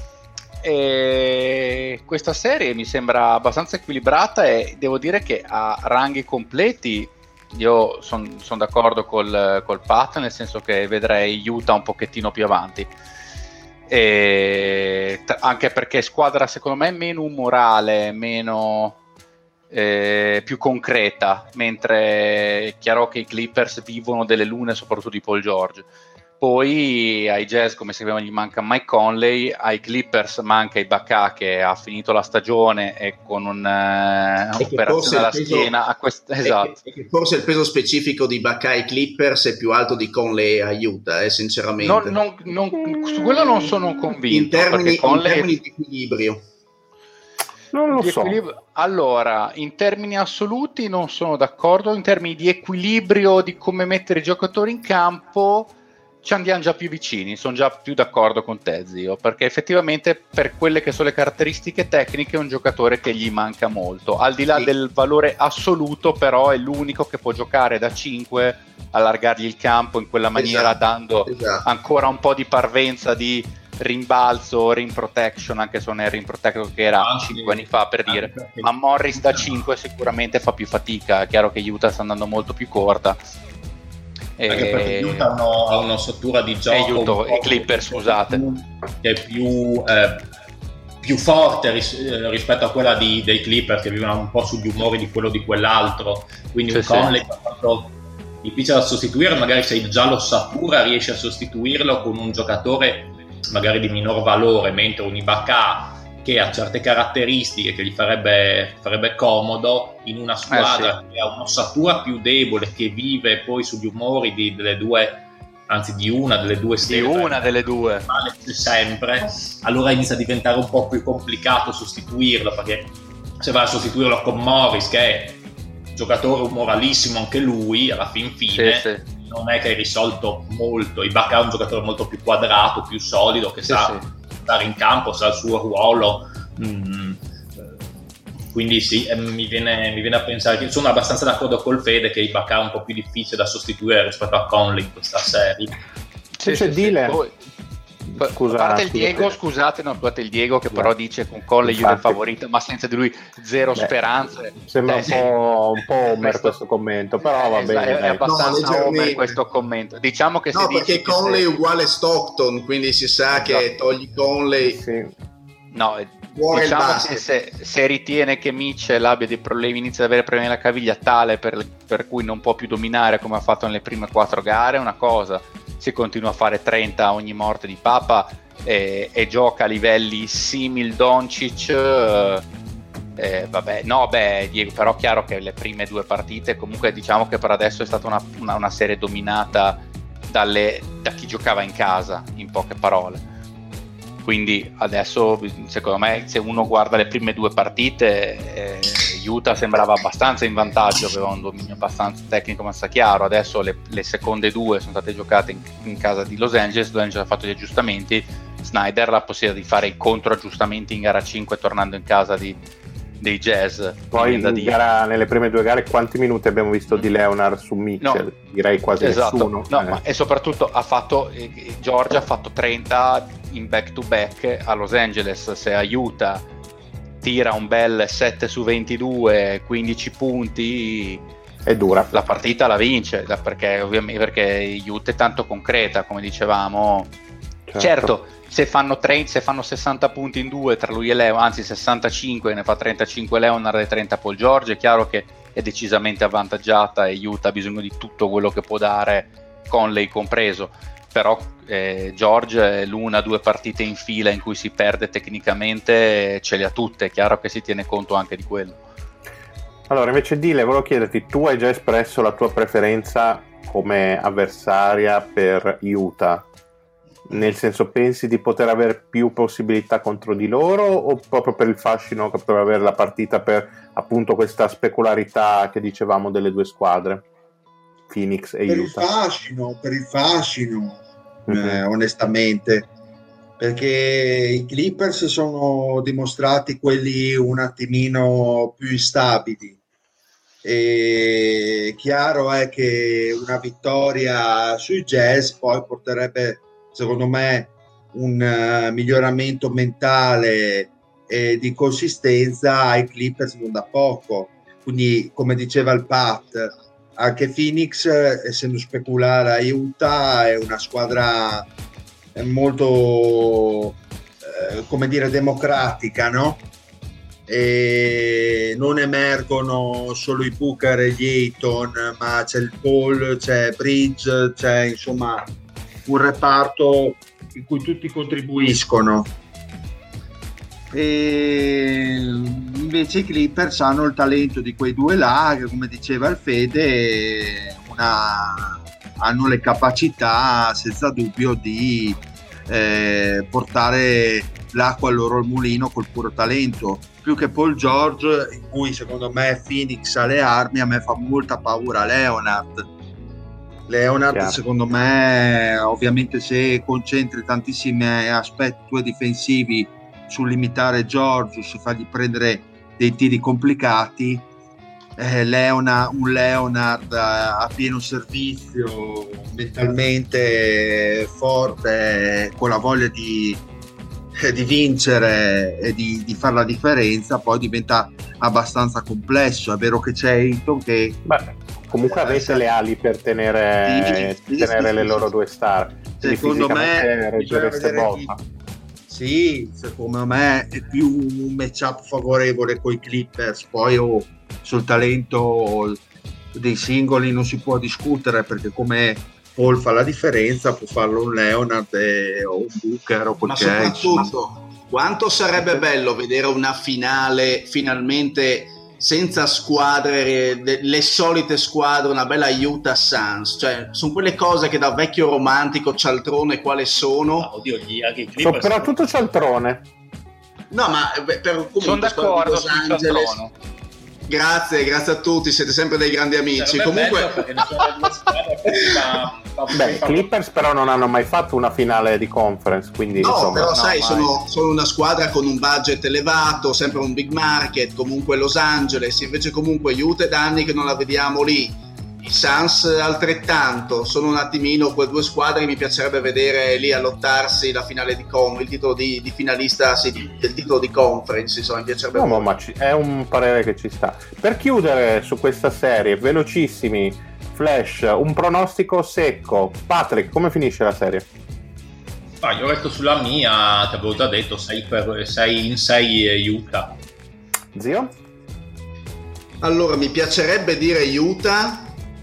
E questa serie mi sembra abbastanza equilibrata e devo dire che a ranghi completi io sono d'accordo col Pat, nel senso che vedrei Utah un pochettino più avanti, anche perché squadra secondo me meno umorale, meno più concreta, mentre è chiaro che i Clippers vivono delle lune, soprattutto di Paul George. Poi ai Jazz, come sappiamo, gli manca Mike Conley, ai Clippers manca Ibaka, che ha finito la stagione e con un'operazione alla schiena. Esatto. E che forse il peso specifico di Ibaka ai Clippers è più alto di Conley aiuta, sinceramente. Su quello non sono convinto. In termini di equilibrio. Non lo so. Allora, in termini assoluti non sono d'accordo, in termini di equilibrio, di come mettere i giocatori in campo, ci andiamo già più vicini, sono già più d'accordo con te, zio, perché effettivamente per quelle che sono le caratteristiche tecniche è un giocatore che gli manca molto, al di là del valore assoluto, però è l'unico che può giocare da 5, allargargli il campo in quella maniera, dando ancora un po' di parvenza, di rimbalzo, rim protection, anche se non è il rim protection che era 5 anni fa, per dire, ma Morris da 5 sicuramente fa più fatica. È chiaro che Utah sta andando molto più corta, anche perché Utah ha un'ossatura di gioco i Clippers, scusate, che è più forte rispetto a quella dei Clippers, che vivono un po' sugli umori di quello di quell'altro, quindi un Conley è fatto difficile da sostituire. Magari se hai già l'ossatura riesci a sostituirlo con un giocatore magari di minor valore, mentre un Ibaka che ha certe caratteristiche che gli farebbe comodo in una squadra che ha un'ossatura più debole, che vive poi sugli umori delle due, anzi di una delle due stelle, una delle due vale sempre, allora inizia a diventare un po' più complicato sostituirlo, perché se vai a sostituirlo con Morris, che è un giocatore umoralissimo anche lui, alla fine non è che hai risolto molto. Ibaka è un giocatore molto più quadrato, più solido, che sa stare in campo, sa il suo ruolo, quindi mi viene a pensare che sono abbastanza d'accordo col Fede che Ibaka è un po' più difficile da sostituire rispetto a Conley in questa serie. Scusa, parte il Diego, scusate, il Diego che però dice con Conley io il favorito, ma senza di lui zero speranze. Sembra un po' Homer questo commento, però va bene. È abbastanza Homer questo commento. Diciamo che perché Conley è uguale Stockton, quindi si sa che togli Conley. No, diciamo che se ritiene che Mitchell abbia dei problemi, inizia ad avere problemi alla caviglia tale per cui non può più dominare come ha fatto nelle prime 4 gare, è una cosa. Se continua a fare 30 a ogni morte di Papa e gioca a livelli simil Doncic, Diego, però chiaro che le prime 2 partite comunque diciamo che per adesso è stata una serie dominata da chi giocava in casa, in poche parole. Quindi adesso secondo me se uno guarda le prime 2 partite Utah sembrava abbastanza in vantaggio, aveva un dominio abbastanza tecnico ma chiaro. Adesso le seconde 2 sono state giocate in casa di Los Angeles ha fatto gli aggiustamenti, Snyder ha la possibilità di fare i controaggiustamenti in gara 5 tornando in casa dei Jazz. Poi nelle prime 2 gare quanti minuti abbiamo visto di Leonard su Mitchell? Direi quasi nessuno. Ma e soprattutto George ha fatto 30 in back to back a Los Angeles. Se aiuta tira un bel 7 su 22, 15 punti, è dura, la partita la vince, perché Utah è tanto concreta, come dicevamo. Certo, se fanno 60 punti in 2 tra lui e Leo, anzi 65, ne fa 35 Leonard e 30 Paul George, è chiaro che è decisamente avvantaggiata e Utah ha bisogno di tutto quello che può dare, Conley compreso. Però George l'una o 2 partite in fila in cui si perde tecnicamente ce le ha tutte, è chiaro che si tiene conto anche di quello. Allora invece Dile, volevo chiederti, tu hai già espresso la tua preferenza come avversaria per Utah, nel senso pensi di poter avere più possibilità contro di loro o proprio per il fascino che potrebbe avere la partita, per appunto questa specularità che dicevamo delle 2 squadre? Phoenix e Utah. Per il fascino, onestamente, perché i Clippers sono dimostrati quelli un attimino più instabili. E chiaro è che una vittoria sui Jazz poi porterebbe, secondo me, un miglioramento mentale e di consistenza ai Clippers non da poco. Quindi, come diceva il Pat, anche Phoenix, essendo speculare a Utah, è una squadra molto come dire democratica, no? E non emergono solo i Booker e gli Ayton, ma c'è il Paul, c'è Bridge, c'è insomma un reparto in cui tutti contribuiscono. E invece i Clippers hanno il talento di quei due là che, come diceva il Fede, hanno le capacità senza dubbio di portare l'acqua al loro mulino col puro talento. Più che Paul George, in cui secondo me Phoenix ha le armi, a me fa molta paura Leonard, chiaro. Secondo me, ovviamente, se concentri tantissimi aspetti tuoi difensivi sul limitare George, su fargli prendere dei tiri complicati, un Leonard a pieno servizio, mentalmente forte, con la voglia di vincere e di fare la differenza, poi diventa abbastanza complesso. È vero che c'è Ayton che comunque avete le ali per tenere le loro due star, secondo me secondo me è più un matchup favorevole coi Clippers. Poi sul talento dei singoli non si può discutere, perché come Paul fa la differenza, può farlo un Leonard o un Booker o quel che è. Ma soprattutto, quanto sarebbe bello vedere una finale finalmente senza squadre, le solite squadre, una bella Utah Suns, cioè sono quelle cose che da vecchio romantico cialtrone quale sono. Oddio, anche i Clippers soprattutto cialtrone. No, ma sono d'accordo sul cialtrone. Grazie a tutti, siete sempre dei grandi amici. Comunque Clippers però non hanno mai fatto una finale di conference, quindi no, insomma, però sai, sono una squadra con un budget elevato, sempre un big market, comunque Los Angeles. Invece comunque Utah è da anni che non la vediamo lì, i Suns altrettanto. Sono un attimino quelle due squadre che mi piacerebbe vedere lì a lottarsi la finale il titolo di finalista, del titolo di conference, insomma mi piacerebbe molto. Ma è un parere che ci sta. Per chiudere su questa serie, velocissimi flash, un pronostico secco. Patrick, come finisce la serie? Io resto sulla mia, ti avevo già detto 6-6 Utah. Zio? Allora, mi piacerebbe dire Utah,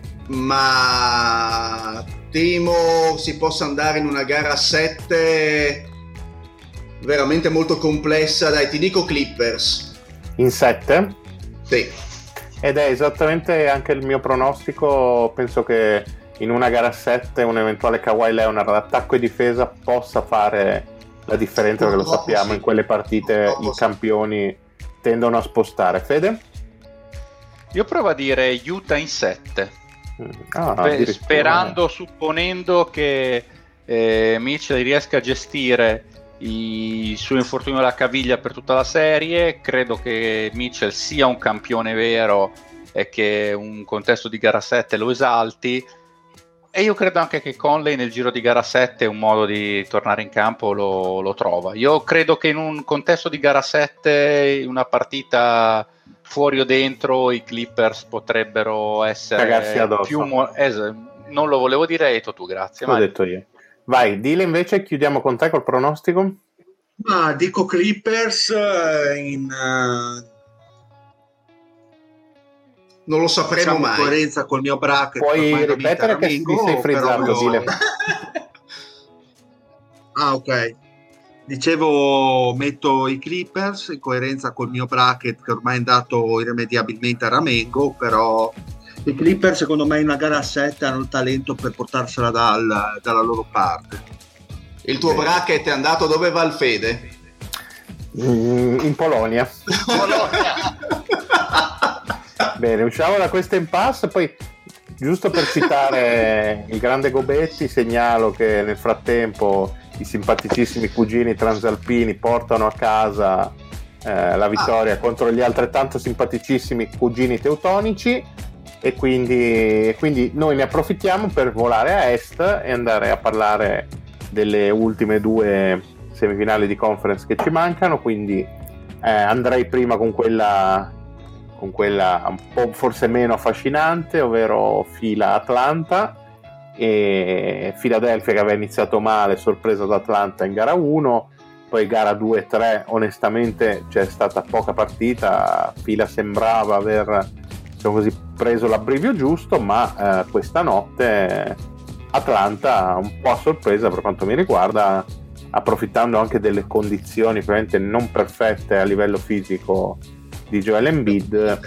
ma temo si possa andare in una gara a 7 veramente molto complessa. Dai, ti dico Clippers in 7? Sì, ed è esattamente anche il mio pronostico. Penso che in una gara a 7 un eventuale Kawhi Leonard attacco e difesa possa fare la differenza, perché lo sappiamo, in quelle partite i campioni tendono a spostare. Fede? Io provo a dire Utah in 7. Sperando, supponendo che Mitchell riesca a gestire il suo infortunio alla caviglia per tutta la serie. Credo che Mitchell sia un campione vero e che un contesto di gara 7 lo esalti, e io credo anche che Conley nel giro di gara 7 un modo di tornare in campo lo trova. Io credo che in un contesto di gara 7, in una partita fuori o dentro, i Clippers potrebbero essere più non lo volevo dire, Eto, tu, grazie. L'ho detto io. Vai, Dile, invece chiudiamo con te col pronostico. Ma dico Clippers in non lo sapremo mai. Coerenza col mio bracket. Puoi ripetere che ti stai frizzando, Dile. Ok. Dicevo, metto i Clippers in coerenza col mio bracket, che ormai è andato irrimediabilmente a ramengo, però i Clippers secondo me in una gara a 7 hanno il talento per portarsela dalla loro parte. Il tuo bracket è andato dove va il Fede? In Polonia. Bene, usciamo da questo impasse. Poi, giusto per citare il grande Gobetti, segnalo che nel frattempo i simpaticissimi cugini transalpini portano a casa la vittoria contro gli altrettanto simpaticissimi cugini teutonici, e quindi noi ne approfittiamo per volare a est e andare a parlare delle ultime 2 semifinali di conference che ci mancano. Quindi andrei prima con quella un po' forse meno affascinante, ovvero Fila Atlanta, e Philadelphia che aveva iniziato male, sorpresa da Atlanta in gara 1, poi gara 2 e 3 onestamente c'è stata poca partita, Fila sembrava aver, diciamo così, preso l'abbrivio giusto, ma questa notte Atlanta un po' a sorpresa per quanto mi riguarda, approfittando anche delle condizioni probabilmente non perfette a livello fisico di Joel Embiid,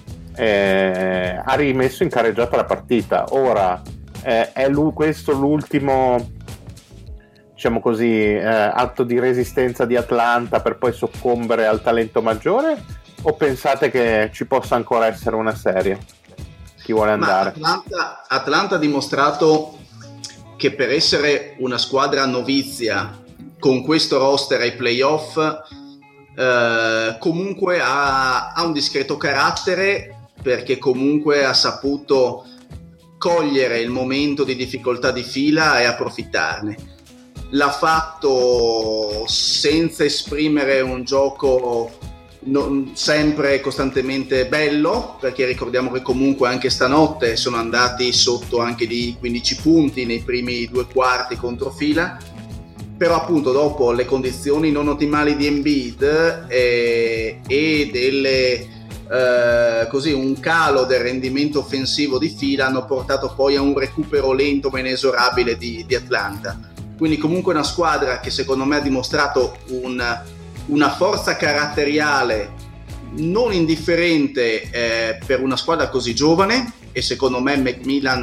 ha rimesso in carreggiata la partita. Ora è questo l'ultimo, diciamo così, atto di resistenza di Atlanta per poi soccombere al talento maggiore, o pensate che ci possa ancora essere una serie? Chi vuole andare? Atlanta ha dimostrato che per essere una squadra novizia con questo roster ai playoff comunque ha un discreto carattere, perché comunque ha saputo cogliere il momento di difficoltà di Fila e approfittarne. L'ha fatto senza esprimere un gioco sempre costantemente bello, perché ricordiamo che comunque anche stanotte sono andati sotto anche di 15 punti nei primi 2 quarti contro Fila, però appunto dopo le condizioni non ottimali di Embiid e delle così un calo del rendimento offensivo di Fila hanno portato poi a un recupero lento ma inesorabile di Atlanta. Quindi comunque una squadra che secondo me ha dimostrato una forza caratteriale non indifferente per una squadra così giovane, e secondo me Macmillan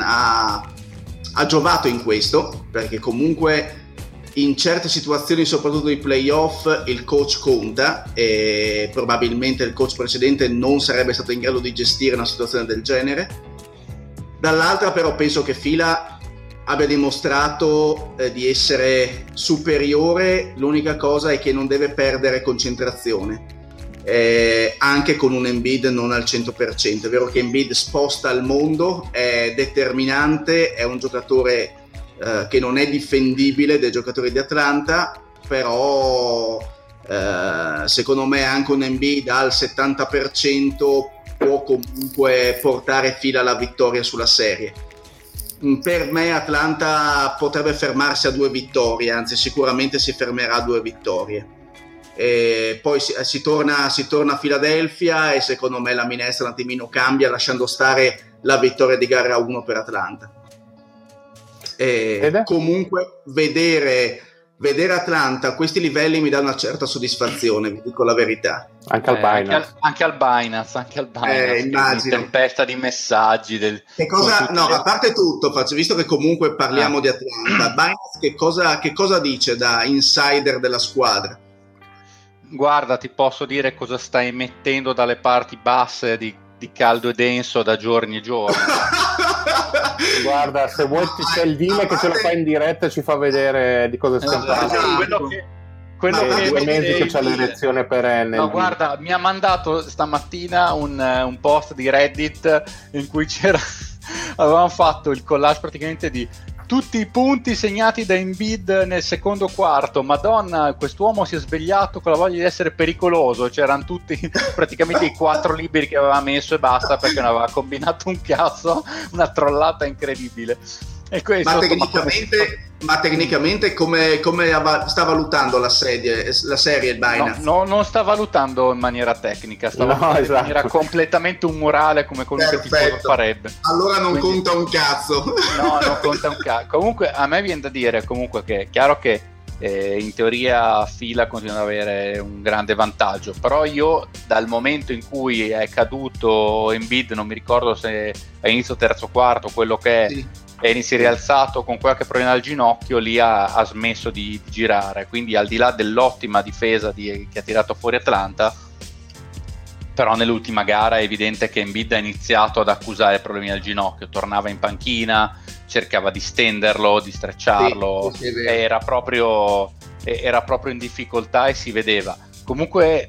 ha giovato in questo, perché comunque in certe situazioni, soprattutto i playoff, il coach conta, e probabilmente il coach precedente non sarebbe stato in grado di gestire una situazione del genere. Dall'altra però penso che Fila abbia dimostrato di essere superiore. L'unica cosa è che non deve perdere concentrazione, anche con un Embiid non al 100%. È vero che Embiid sposta il mondo, è determinante, è un giocatore che non è difendibile dei giocatori di Atlanta, però secondo me anche un Embiid al 70% può comunque portare Fila alla vittoria sulla serie. Per me Atlanta potrebbe fermarsi a 2 vittorie, anzi sicuramente si fermerà a 2 vittorie, e poi si torna a Philadelphia, e secondo me la minestra un attimino cambia, lasciando stare la vittoria di gara 1 per Atlanta. Comunque vedere Atlanta a questi livelli mi dà una certa soddisfazione, vi dico la verità. Anche al Binance immagino. Tempesta di messaggi a parte tutto, visto che comunque parliamo di Atlanta, Binance che cosa dice da insider della squadra? Guarda, ti posso dire cosa sta emettendo dalle parti basse di caldo e denso da giorni e giorni. Guarda, se vuoi c'è il Dile che ce lo fa in diretta e ci fa vedere di cosa stiamo parlando. Quello che 2 mesi che c'è l'elezione perenne. No, guarda, mi ha mandato stamattina un post di Reddit in cui avevamo fatto il collage praticamente di tutti i punti segnati da Embiid nel secondo quarto. Madonna, quest'uomo si è svegliato con la voglia di essere pericoloso. C'erano tutti praticamente i 4 liberi che aveva messo e basta, perché non aveva combinato un cazzo, una trollata incredibile. E ma tecnicamente come sta valutando la serie il Binance? No, non sta valutando in maniera tecnica, sta valutando in maniera completamente umorale, come qualunque tifoso farebbe. Allora non conta un cazzo. No, non conta un cazzo. Comunque a me viene da dire comunque che è chiaro che in teoria Fila continua ad avere un grande vantaggio, però io dal momento in cui è caduto Embiid, non mi ricordo se a inizio terzo quarto, quello che è, sì, e si è rialzato con qualche problema al ginocchio, lì ha smesso di girare. Quindi al di là dell'ottima difesa che ha tirato fuori Atlanta, però nell'ultima gara è evidente che Embiid ha iniziato ad accusare problemi al ginocchio, tornava in panchina, cercava di stenderlo, di strecciarlo, sì, era proprio in difficoltà e si vedeva. Comunque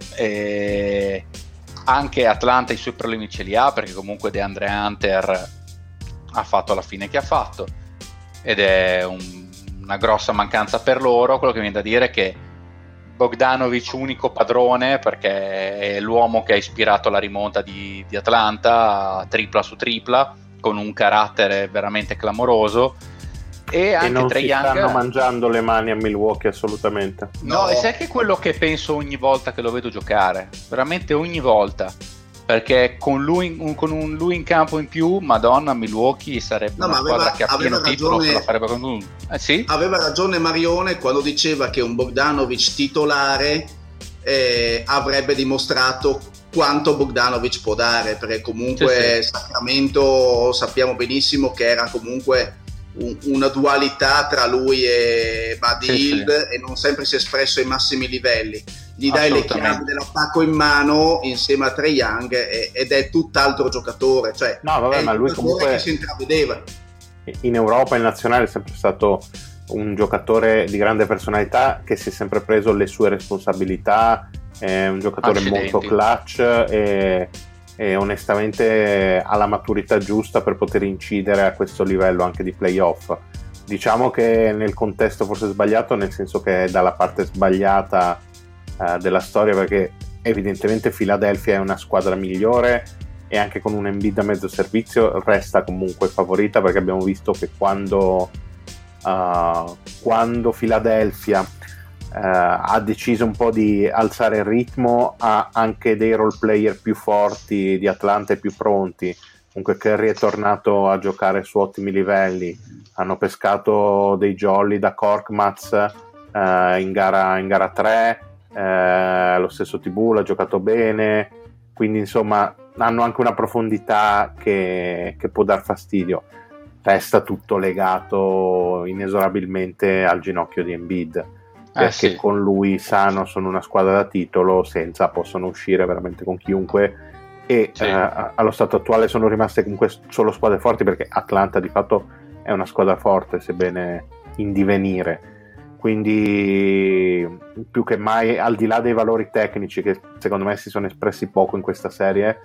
anche Atlanta i suoi problemi ce li ha, perché comunque DeAndre Hunter ha fatto la fine che ha fatto ed è una grossa mancanza per loro. Quello che mi viene da dire è che Bogdanovic unico padrone, perché è l'uomo che ha ispirato la rimonta di Atlanta, tripla su tripla, con un carattere veramente clamoroso. E anche non Trae si Young stanno mangiando le mani a Milwaukee assolutamente. No, e sai che è quello che penso ogni volta che lo vedo giocare, veramente ogni volta, perché con un lui in campo in più, Madonna, Milwaukee sarebbe una squadra che a pieno titolo se la farebbe con lui. Sì? Aveva ragione Marione quando diceva che un Bogdanovic titolare avrebbe dimostrato quanto Bogdanovic può dare, perché comunque sì. Sacramento sappiamo benissimo che era comunque una dualità tra lui e Buddy Hield, e non sempre si è espresso ai massimi livelli. Gli dai le chiavi dell'attacco in mano insieme a Trae Young ed è tutt'altro giocatore, cioè ma lui comunque che si intravedeva. In Europa in nazionale è sempre stato un giocatore di grande personalità che si è sempre preso le sue responsabilità, è un giocatore molto clutch e onestamente ha la maturità giusta per poter incidere a questo livello anche di playoff. Diciamo che nel contesto forse sbagliato, nel senso che è dalla parte sbagliata della storia, perché evidentemente Philadelphia è una squadra migliore e anche con un Embiid a mezzo servizio resta comunque favorita, perché abbiamo visto che quando Philadelphia ha deciso un po' di alzare il ritmo, ha anche dei role player più forti di Atlanta e più pronti. Comunque Curry è tornato a giocare su ottimi livelli, hanno pescato dei jolly da Korkmaz in gara 3, lo stesso Tibul ha giocato bene, quindi insomma hanno anche una profondità che può dar fastidio. Resta tutto legato inesorabilmente al ginocchio di Embiid, perché con lui sano sono una squadra da titolo, senza possono uscire veramente con chiunque, e allo stato attuale sono rimaste comunque solo squadre forti, perché Atlanta di fatto è una squadra forte sebbene in divenire. Quindi più che mai, al di là dei valori tecnici che secondo me si sono espressi poco in questa serie,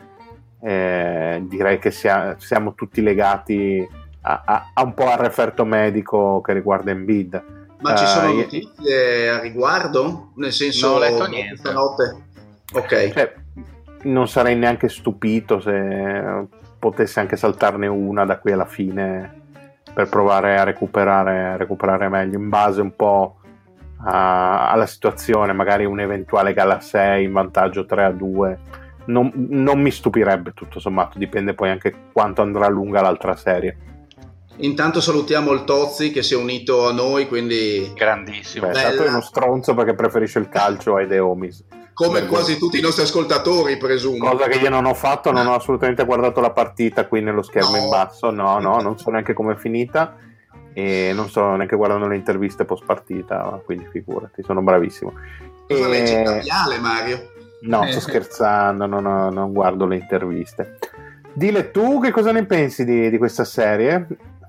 direi che siamo tutti legati a un po' al referto medico che riguarda Embiid. Ma ci sono notizie a riguardo? Nel senso, non ho letto niente. Ok. Cioè, non sarei neanche stupito se potesse anche saltarne una da qui alla fine, per provare a recuperare meglio, in base un po' alla situazione. Magari un eventuale gara 6 in vantaggio 3-2 non mi stupirebbe, tutto sommato. Dipende poi anche quanto andrà lunga l'altra serie. Intanto salutiamo il Tozzi che si è unito a noi, quindi grandissimo. È stato uno stronzo perché preferisce il calcio ai The Homies, come quasi tutti i nostri ascoltatori, presumo. Cosa che io non ho fatto, non ho assolutamente guardato la partita qui nello schermo in basso, no, non so neanche com'è finita e non sto neanche guardando le interviste post partita, quindi figurati, sono bravissimo. Cosa leggi il labiale, Mario? No, sto scherzando, non guardo le interviste. Dile tu che cosa ne pensi di questa serie?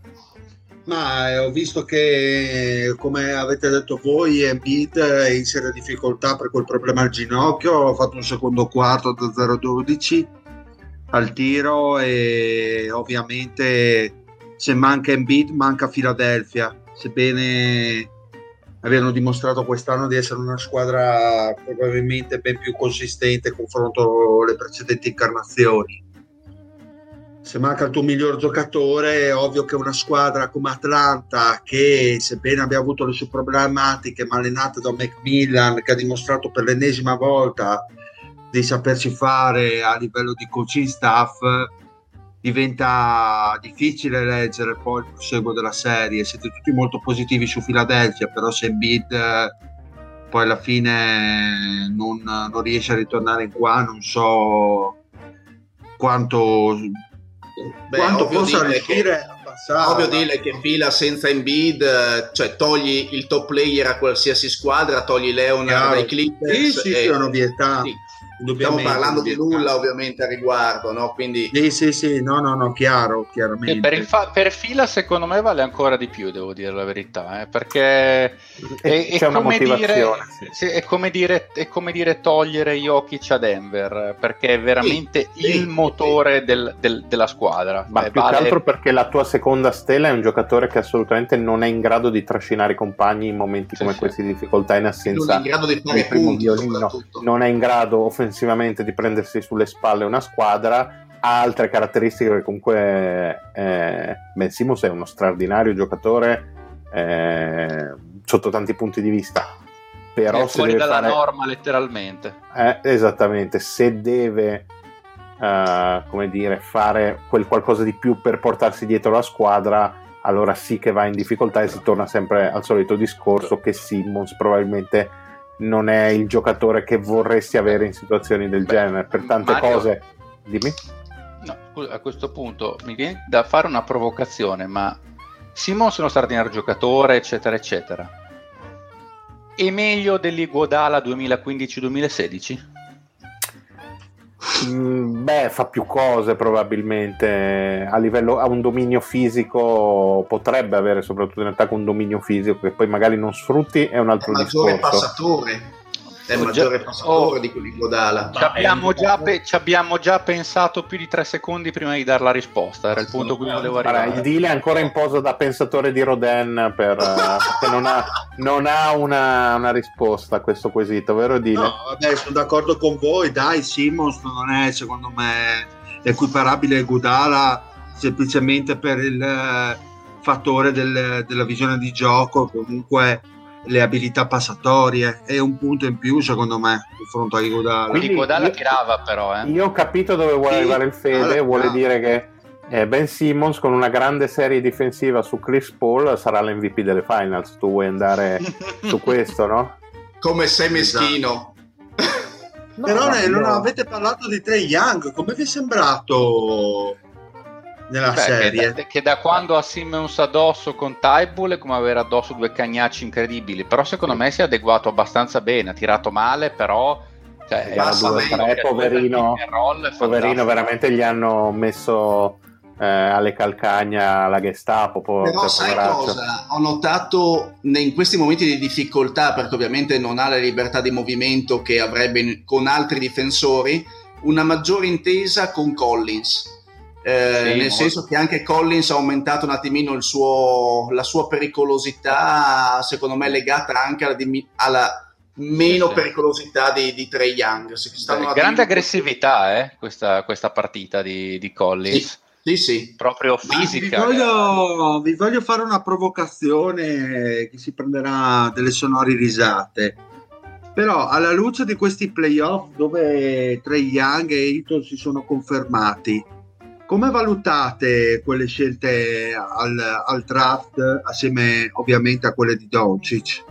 Ma ho visto che, come avete detto voi, Embiid è in seria difficoltà per quel problema al ginocchio. Ha fatto un secondo quarto da 0-12 al tiro e ovviamente se manca Embiid manca Philadelphia, sebbene abbiano dimostrato quest'anno di essere una squadra probabilmente ben più consistente confronto alle precedenti incarnazioni. Se manca il tuo miglior giocatore, è ovvio che una squadra come Atlanta, che sebbene abbia avuto le sue problematiche, ma allenata da McMillan, che ha dimostrato per l'ennesima volta di saperci fare a livello di coaching staff, diventa difficile leggere poi il proseguo della serie. Siete tutti molto positivi su Philadelphia, però se Embiid poi alla fine non riesce a ritornare in qua, non so quanto possa riuscire a passare. Ovvio dire che fila senza Embiid, cioè togli il top player a qualsiasi squadra, togli Leonard dai Clippers. Sì, sono vietati. Stiamo parlando di nulla ovviamente a riguardo, no? Quindi... Sì, no, chiaramente. Per fila secondo me vale ancora di più, devo dire la verità, perché c'è una motivazione. È come dire togliere Jokic a Denver, perché è veramente il motore della squadra. Ma più che altro perché la tua seconda stella è un giocatore che assolutamente non è in grado di trascinare i compagni in momenti come questi di difficoltà, in assenza non è in grado di fare punti, non è in grado offensivamente di prendersi sulle spalle una squadra. Ha altre caratteristiche, perché comunque Ben Simmons è uno straordinario giocatore sotto tanti punti di vista, però è fuori dalla norma letteralmente, esattamente, se deve come dire, fare quel qualcosa di più per portarsi dietro la squadra, allora sì che va in difficoltà e si torna sempre al solito discorso che Simmons probabilmente non è il giocatore che vorresti avere in situazioni del genere, per tante cose. Dimmi. No, scusa, a questo punto mi viene da fare una provocazione, ma Simmons è uno straordinario giocatore, eccetera eccetera, è meglio dell'Iguodala 2015-2016? Fa più cose probabilmente, a un dominio fisico potrebbe avere, soprattutto in attacco, un dominio fisico che poi magari non sfrutti, è un altro discorso. È il maggiore passatore di quell'Iguodala. Ci abbiamo già pensato più di 3 secondi prima di dare la risposta, era il punto a cui volevo arrivare. Il deal è ancora in posa da pensatore di Rodin perché non ha una risposta a questo quesito, vero Dile? No, vabbè, sono d'accordo con voi, dai, Simmons non è secondo me equiparabile a Iguodala semplicemente per il fattore della visione di gioco, comunque le abilità passatorie è un punto in più secondo me di fronte a Iguodala. Quindi Iguodala tirava però io ho capito dove vuole arrivare il Fede, vuole dire che Ben Simmons con una grande serie difensiva su Chris Paul sarà l'MVP delle finals. Tu vuoi andare su questo, no? Come sei meschino. No, però non avete parlato di Trae Young, come vi è sembrato nella serie? Che da quando ha Simmons addosso con Tybull è come avere addosso 2 cagnacci incredibili, però secondo me si è adeguato abbastanza bene, ha tirato male, però poverino, veramente gli hanno messo alle calcagna la Gestapo. Però sai cosa? Ho notato in questi momenti di difficoltà, perché ovviamente non ha la libertà di movimento che avrebbe con altri difensori, una maggiore intesa con Collins. Senso che anche Collins ha aumentato un attimino la sua pericolosità, secondo me legata anche alla meno pericolosità di Trae Young. Grande aggressività questa partita di Collins. Sì. Proprio fisica. Vi voglio fare una provocazione che si prenderà delle sonore risate. Però alla luce di questi playoff dove Trae Young e Ayton si sono confermati, come valutate quelle scelte al draft assieme ovviamente a quelle di Doncic?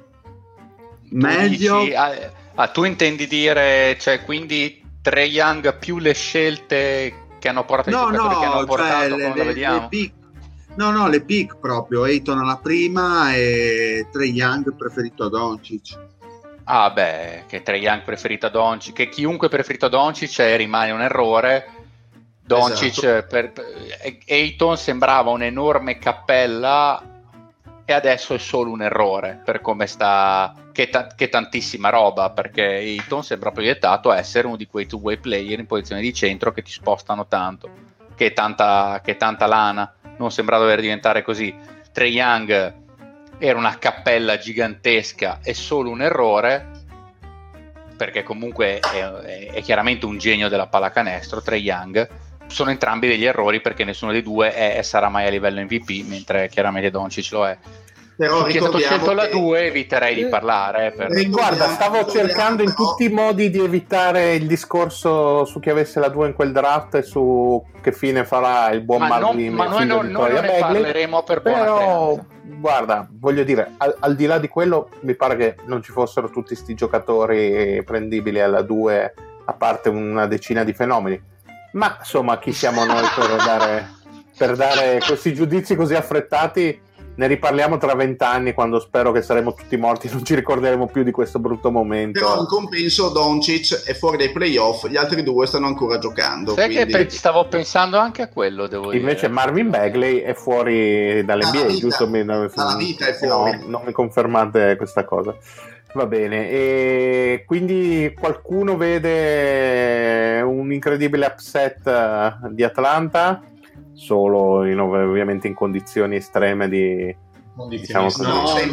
Meglio? Tu intendi dire, cioè, quindi Trae Young più le scelte che hanno portato i giocatori che hanno portato, come lo vediamo? Le pick proprio, Ayton alla prima e Trae Young preferito a Doncic. Che Trae Young preferito a Doncic, che chiunque preferito a Doncic rimane un errore. Doncic, esatto. Ayton sembrava un'enorme cappella e adesso è solo un errore per come sta, che tantissima roba, perché Ayton sembra proiettato a essere uno di quei two-way player in posizione di centro che ti spostano tanto, che tanta lana. Non sembra dover diventare così. Trae Young era una cappella gigantesca, è solo un errore, perché comunque è chiaramente un genio della pallacanestro. Trae Young sono entrambi degli errori, perché nessuno dei due sarà mai a livello MVP, mentre chiaramente Doncic lo è. Però chi è stato scelto la 2 eviterei di parlare. Guarda, stavo cercando in tutti i modi di evitare il discorso su chi avesse la 2 in quel draft e su che fine farà il buon Marvin. Ma noi non ne parleremo per buona creanza. Guarda, voglio dire, al di là di quello, mi pare che non ci fossero tutti sti giocatori prendibili alla 2, a parte una decina di fenomeni. Ma insomma, chi siamo noi per dare questi giudizi così affrettati? ne riparliamo tra 20 anni, quando spero che saremo tutti morti, non ci ricorderemo più di questo brutto momento. Però in compenso Doncic è fuori dai playoff, gli altri due stanno ancora giocando. Sai che stavo pensando anche a quello, devo dire. Invece Marvin Bagley è fuori dall'NBA, giusto? Dalla vita è fuori. No, non mi confermate questa cosa. Va bene, e quindi qualcuno vede un incredibile upset di Atlanta? Solo ovviamente in condizioni estreme di... Diciamo così. No, se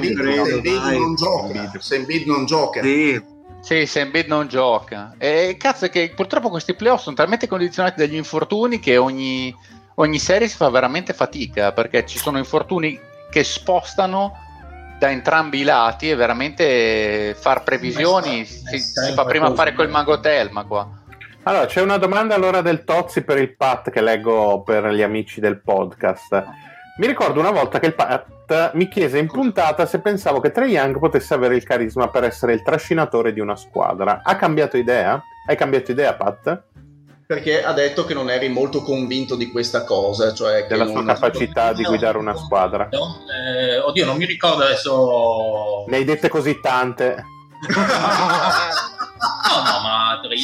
Embiid non gioca. Sì, se Embiid non gioca. E cazzo è che purtroppo questi playoff sono talmente condizionati dagli infortuni che ogni serie si fa veramente fatica, perché ci sono infortuni che spostano da entrambi i lati e veramente far previsioni si fa prima fare quel magotelma qua. Allora, c'è una domanda allora del Tozzi per il Pat che leggo per gli amici del podcast. Mi ricordo una volta che il Pat mi chiese in puntata se pensavo che Trae Young potesse avere il carisma per essere il trascinatore di una squadra. Ha cambiato idea? Hai cambiato idea, Pat? Perché ha detto che non eri molto convinto di questa cosa, cioè della sua capacità di guidare una squadra. Oddio, non mi ricordo adesso. Ne hai dette così tante. No, ma Trae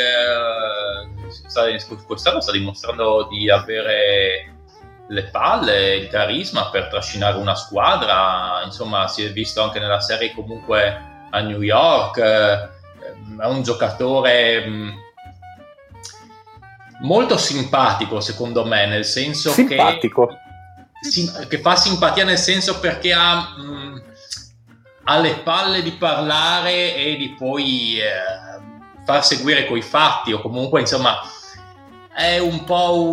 Young quest'anno sta dimostrando di avere le palle, il carisma per trascinare una squadra. Insomma, si è visto anche nella serie comunque a New York. È un giocatore molto simpatico, secondo me, nel senso che fa simpatia, nel senso perché ha le palle di parlare e di poi far seguire coi fatti, o comunque insomma è un po'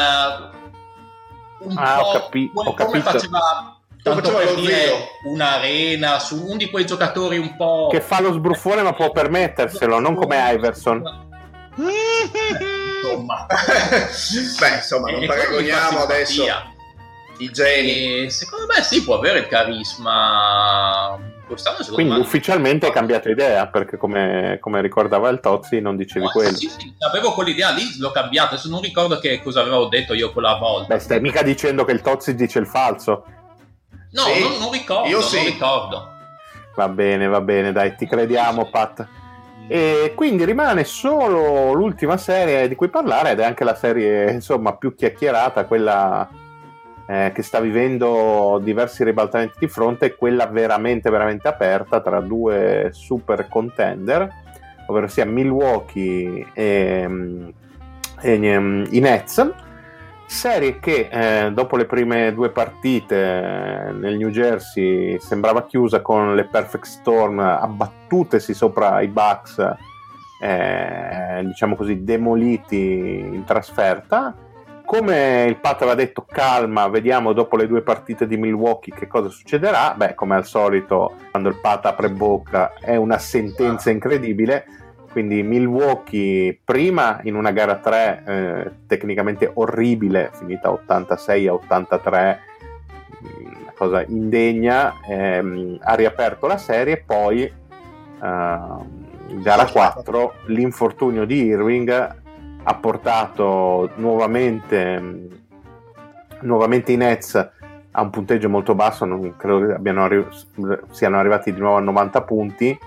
ho capito. Come faceva tanto per dire un'arena su uno di quei giocatori un po' che fa lo sbruffone ma può permetterselo, non come Iverson. Insomma non paragoniamo adesso i geni. Secondo me sì, può avere il carisma quest'anno. Quindi ufficialmente hai cambiato idea, perché come ricordava il Tozzi non dicevi quello. Sì, avevo quell'idea lì, l'ho cambiato, adesso non ricordo che cosa avevo detto io quella volta. Beh, stai mica dicendo che il Tozzi dice il falso? No, sì. non ricordo. Io sì. Non ricordo. Va bene, dai, ti crediamo, Pat. E quindi rimane solo l'ultima serie di cui parlare, ed è anche la serie insomma più chiacchierata, quella che sta vivendo diversi ribaltamenti di fronte, quella veramente aperta tra due super contender, ovvero sia Milwaukee e i Nets. Serie che dopo le prime due partite nel New Jersey sembrava chiusa, con le Perfect Storm abbattutesi sopra i Bucks, diciamo così, demoliti in trasferta. Come il Pat aveva detto, calma, vediamo dopo le due partite di Milwaukee che cosa succederà. Beh, come al solito, quando il Pat apre bocca è una sentenza incredibile. Quindi Milwaukee prima in una gara 3 tecnicamente orribile, finita 86-83, una cosa indegna, ha riaperto la serie. Poi gara 4 l'infortunio di Irving ha portato nuovamente i Nets a un punteggio molto basso, non credo che siano arrivati di nuovo a 90 punti,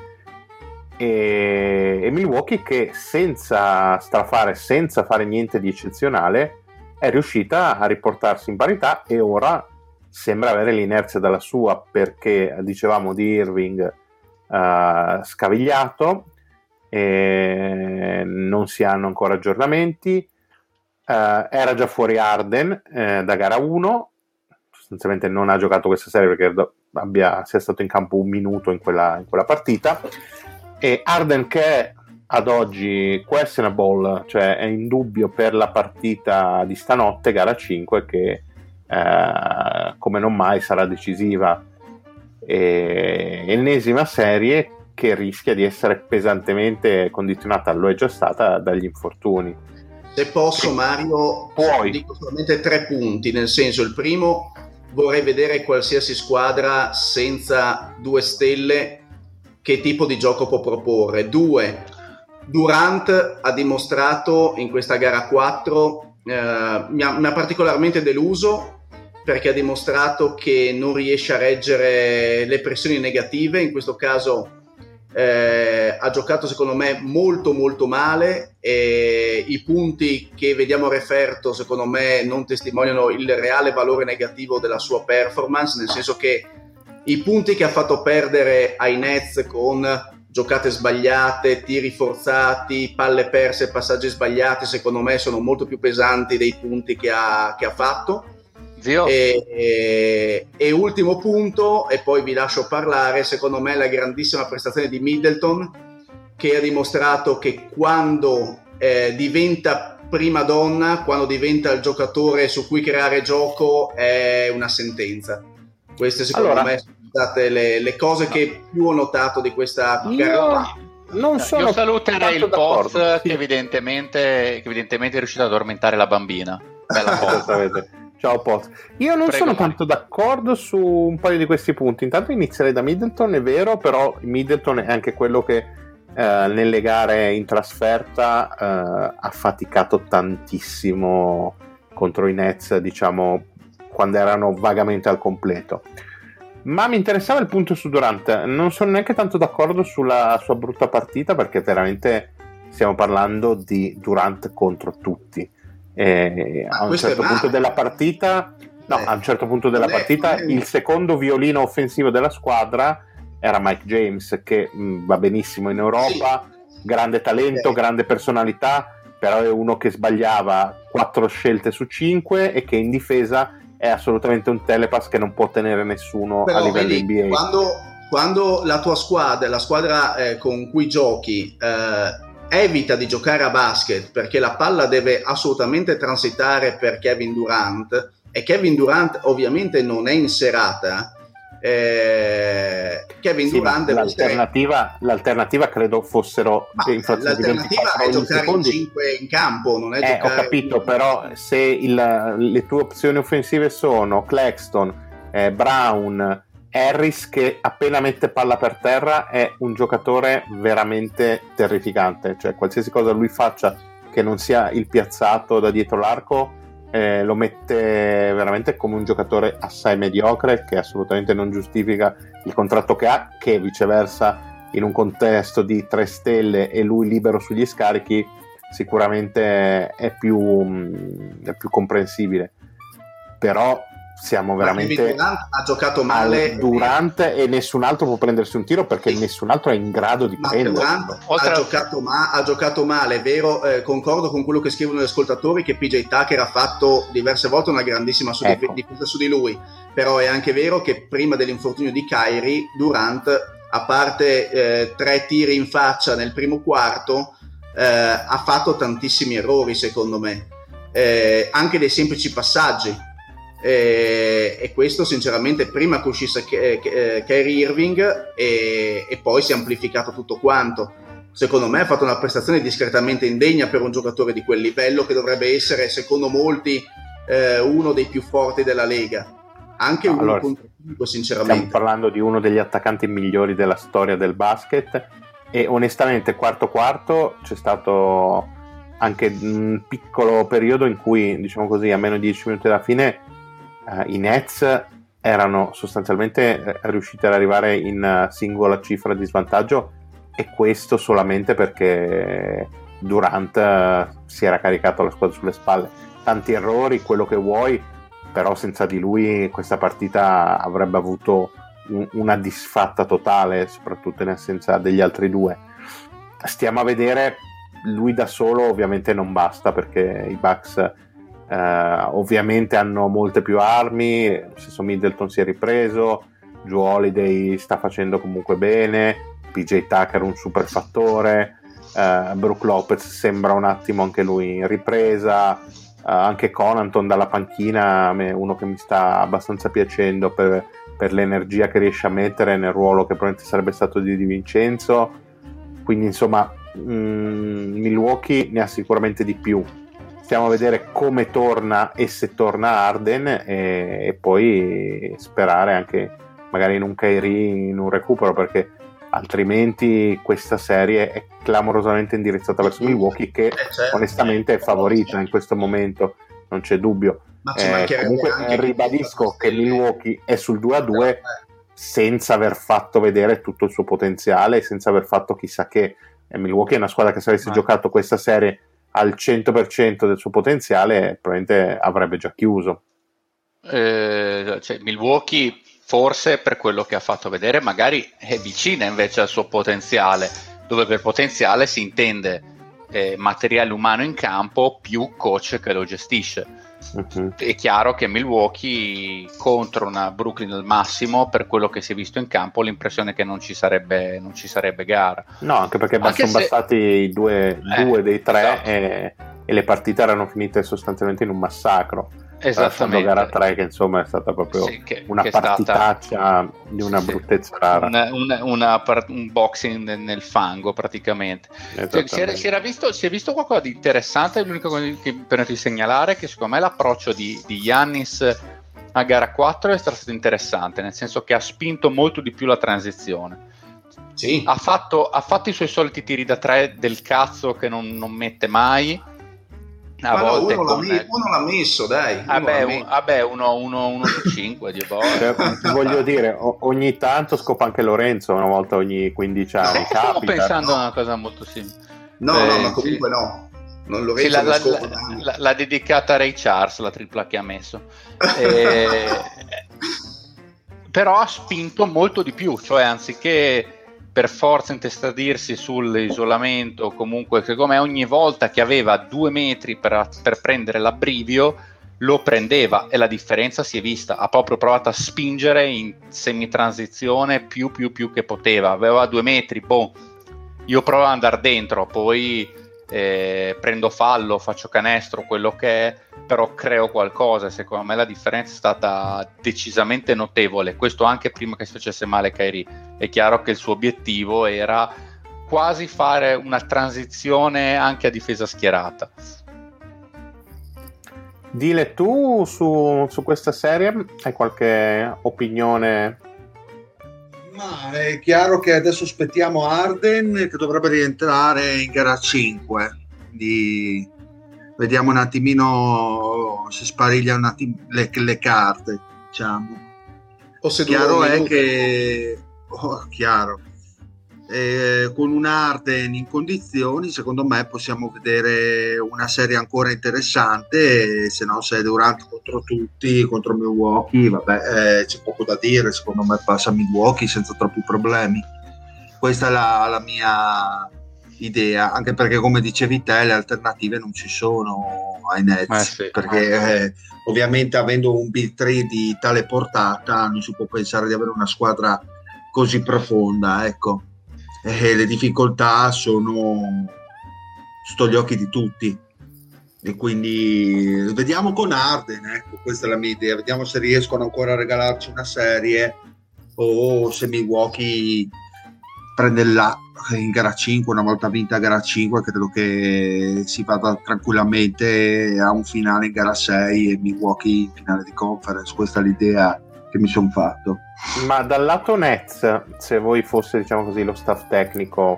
e Milwaukee, che senza strafare, senza fare niente di eccezionale, è riuscita a riportarsi in parità, e ora sembra avere l'inerzia dalla sua, perché dicevamo di Irving scavigliato, non si hanno ancora aggiornamenti, era già fuori Harden da gara 1, sostanzialmente non ha giocato questa serie perché sia stato in campo un minuto in quella partita, e Harden, che è ad oggi questionable, cioè è in dubbio per la partita di stanotte, gara 5, che come non mai sarà decisiva, ennesima serie che rischia di essere pesantemente condizionata, lo è già stata, dagli infortuni. Se posso, Mario, dico solamente 3 punti, nel senso, il primo, vorrei vedere qualsiasi squadra senza 2 stelle che tipo di gioco può proporre. 2, Durant ha dimostrato in questa gara 4, mi ha particolarmente deluso, perché ha dimostrato che non riesce a reggere le pressioni negative. In questo caso ha giocato secondo me molto molto male, e i punti che vediamo referto secondo me non testimoniano il reale valore negativo della sua performance, nel senso che i punti che ha fatto perdere ai Nets con giocate sbagliate, tiri forzati, palle perse, passaggi sbagliati, secondo me sono molto più pesanti dei punti che ha fatto. Zio. E ultimo punto, e poi vi lascio parlare, secondo me la grandissima prestazione di Middleton, che ha dimostrato che quando diventa prima donna, quando diventa il giocatore su cui creare gioco, è una sentenza. Queste secondo me sono state le cose che più ho notato di questa gara. Io saluterei il Poz che evidentemente è riuscito ad addormentare la bambina. Bella cosa. Ciao Poz. Io non sono tanto d'accordo su un paio di questi punti. Intanto inizierei da Middleton, è vero, però Middleton è anche quello che nelle gare in trasferta ha faticato tantissimo contro i Nets, diciamo, quando erano vagamente al completo. Ma mi interessava il punto su Durant. Non sono neanche tanto d'accordo sulla sua brutta partita, perché veramente stiamo parlando di Durant contro tutti. A un certo punto della partita, il secondo violino offensivo della squadra era Mike James, che va benissimo in Europa, grande talento, grande personalità, però è uno che sbagliava 4 scelte su 5 e che in difesa è assolutamente un telepass che non può tenere nessuno. Però a livello NBA. Quando la tua squadra, la squadra con cui giochi, evita di giocare a basket perché la palla deve assolutamente transitare per Kevin Durant, e Kevin Durant ovviamente non è in serata, Kevin Durant deve l'alternativa credo fossero l'alternativa è giocare in 5 in campo, non è giocare. Ho capito, però se le tue opzioni offensive sono Claxton, Brown, Harris, che appena mette palla per terra è un giocatore veramente terrificante, cioè qualsiasi cosa lui faccia che non sia il piazzato da dietro l'arco lo mette veramente come un giocatore assai mediocre, che assolutamente non giustifica il contratto che ha, che viceversa in un contesto di 3 stelle e lui libero sugli scarichi sicuramente è più comprensibile. Però siamo veramente Durant ha giocato male, Durant, e nessun altro può prendersi un tiro perché nessun altro è in grado di prenderlo. Durant ha giocato male, è vero, concordo con quello che scrivono gli ascoltatori, che PJ Tucker ha fatto diverse volte una grandissima difesa su di lui, però è anche vero che prima dell'infortunio di Kyrie Durant, a parte 3 tiri in faccia nel primo quarto, ha fatto tantissimi errori secondo me, anche dei semplici passaggi. E questo sinceramente prima che uscisse Kyrie Irving e poi si è amplificato tutto quanto. Secondo me ha fatto una prestazione discretamente indegna per un giocatore di quel livello, che dovrebbe essere secondo molti uno dei più forti della Lega, anche uno contro 5 sinceramente. Stiamo parlando di uno degli attaccanti migliori della storia del basket, e onestamente quarto c'è stato anche un piccolo periodo in cui, diciamo così, a meno di 10 minuti dalla fine i Nets erano sostanzialmente riusciti ad arrivare in singola cifra di svantaggio, e questo solamente perché Durant si era caricato la squadra sulle spalle. Tanti errori, quello che vuoi, però senza di lui questa partita avrebbe avuto una disfatta totale, soprattutto in assenza degli altri due. Stiamo a vedere, lui da solo ovviamente non basta, perché i Bucks ovviamente hanno molte più armi, lo stesso Middleton si è ripreso, Jrue Holiday sta facendo comunque bene, PJ Tucker un super fattore, Brook Lopez sembra un attimo anche lui in ripresa, anche Connaughton dalla panchina, uno che mi sta abbastanza piacendo per l'energia che riesce a mettere nel ruolo che probabilmente sarebbe stato di Vincenzo. Quindi insomma Milwaukee ne ha sicuramente di più. Stiamo a vedere come torna e se torna Harden, e poi sperare anche magari in un Kyrie, in un recupero, perché altrimenti questa serie è clamorosamente indirizzata verso Milwaukee, che onestamente è favorita in questo momento, non c'è dubbio. comunque ribadisco che Milwaukee è sul 2-2 senza aver fatto vedere tutto il suo potenziale, senza aver fatto chissà che. Milwaukee è una squadra che se avesse giocato questa serie al 100% del suo potenziale probabilmente avrebbe già chiuso. Milwaukee forse per quello che ha fatto vedere magari è vicina invece al suo potenziale, dove per potenziale si intende materiale umano in campo più coach che lo gestisce. È chiaro che Milwaukee contro una Brooklyn al massimo, per quello che si è visto in campo, l'impressione è che non ci sarebbe gara. No, anche perché sono bastati due dei tre, esatto. e le partite erano finite sostanzialmente in un massacro. Esattamente. Gara 3 che insomma è stata proprio una partitaccia di una bruttezza rara, un boxing nel fango praticamente. Si è visto qualcosa di interessante. L'unica cosa che per segnalare è che secondo me l'approccio di Giannis a gara 4 è stato interessante, nel senso che ha spinto molto di più la transizione. Sì. Ha fatto i suoi soliti tiri da 3 del cazzo che non mette mai. Uno l'ha messo, dai. Uno su 5 voglio dire, ogni tanto scopa anche Lorenzo, una volta ogni 15 anni. Stavo pensando a una cosa molto simile. Ma comunque no. Non Lorenzo l'ha dedicata a Ray Charles, la tripla che ha messo. Però ha spinto molto di più, cioè anziché per forza intestadirsi sull'isolamento, comunque secondo me ogni volta che aveva 2 metri per prendere l'abbrivio lo prendeva, e la differenza si è vista. Ha proprio provato a spingere in semitransizione più che poteva. Aveva 2 metri, io provo ad andare dentro, poi prendo fallo, faccio canestro, quello che è, però creo qualcosa. Secondo me la differenza è stata decisamente notevole, questo anche prima che si facesse male Kyrie. È chiaro che il suo obiettivo era quasi fare una transizione anche a difesa schierata. Dile, tu su questa serie hai qualche opinione? Ma è chiaro che adesso aspettiamo Harden, che dovrebbe rientrare in gara 5, quindi vediamo un attimino se spariglia un attimo le carte, diciamo. Chiaro è che con un Harden in condizioni, secondo me possiamo vedere una serie ancora interessante. Se no, se è Durant contro tutti, contro Milwaukee, c'è poco da dire. Secondo me passa Milwaukee senza troppi problemi. Questa è la mia idea, anche perché, come dicevi te, le alternative non ci sono ai Nets, perché ovviamente avendo un Big 3 di tale portata non si può pensare di avere una squadra così profonda, ecco. Le difficoltà sono sotto gli occhi di tutti, e quindi vediamo con Harden, ecco, questa è la mia idea. Vediamo se riescono ancora a regalarci una serie o se Milwaukee prende in gara 5. Una volta vinta gara 5 credo che si vada tranquillamente a un finale in gara 6 e Milwaukee in finale di conference. Questa è l'idea che mi sono fatto. Ma dal lato Nets, se voi fosse, diciamo così, lo staff tecnico,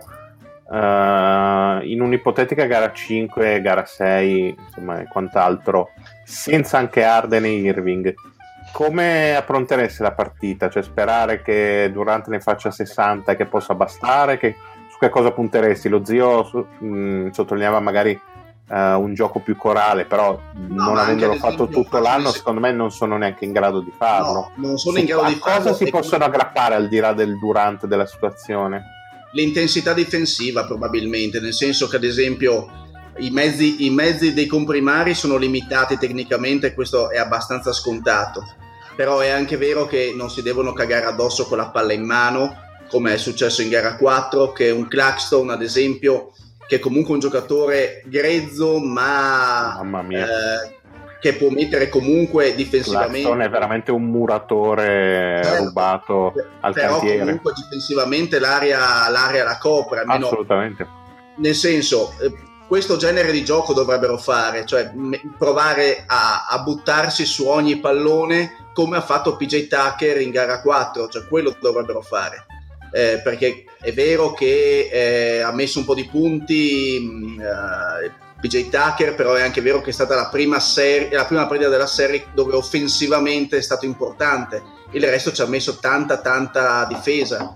in un'ipotetica gara 5, gara 6, insomma, e quant'altro, senza anche Harden e Irving, come affrontereste la partita? Cioè, sperare che Durant ne faccia 60 e che possa bastare? Su che cosa punteresti? Lo zio sottolineava magari un gioco più corale, però non avendolo fatto tutto l'anno, secondo me non sono neanche in grado di farlo. Non sono in grado di farlo. Cosa si possono aggrappare al di là del Durant della situazione? L'intensità difensiva, probabilmente, nel senso che, ad esempio, i mezzi dei comprimari sono limitati tecnicamente, questo è abbastanza scontato, però è anche vero che non si devono cagare addosso con la palla in mano, come è successo in gara 4, che un Claxton, ad esempio, che è comunque un giocatore grezzo, ma mamma mia, che può mettere comunque difensivamente. Claxton è veramente un muratore, certo, rubato al cantiere. Però comunque difensivamente l'area la copre, almeno. Assolutamente. Nel senso, questo genere di gioco dovrebbero fare, cioè provare a buttarsi su ogni pallone come ha fatto PJ Tucker in gara 4, cioè quello dovrebbero fare. Perché è vero che ha messo un po' di punti, PJ Tucker, però è anche vero che è stata la prima partita della serie dove offensivamente è stato importante. Il resto ci ha messo tanta difesa.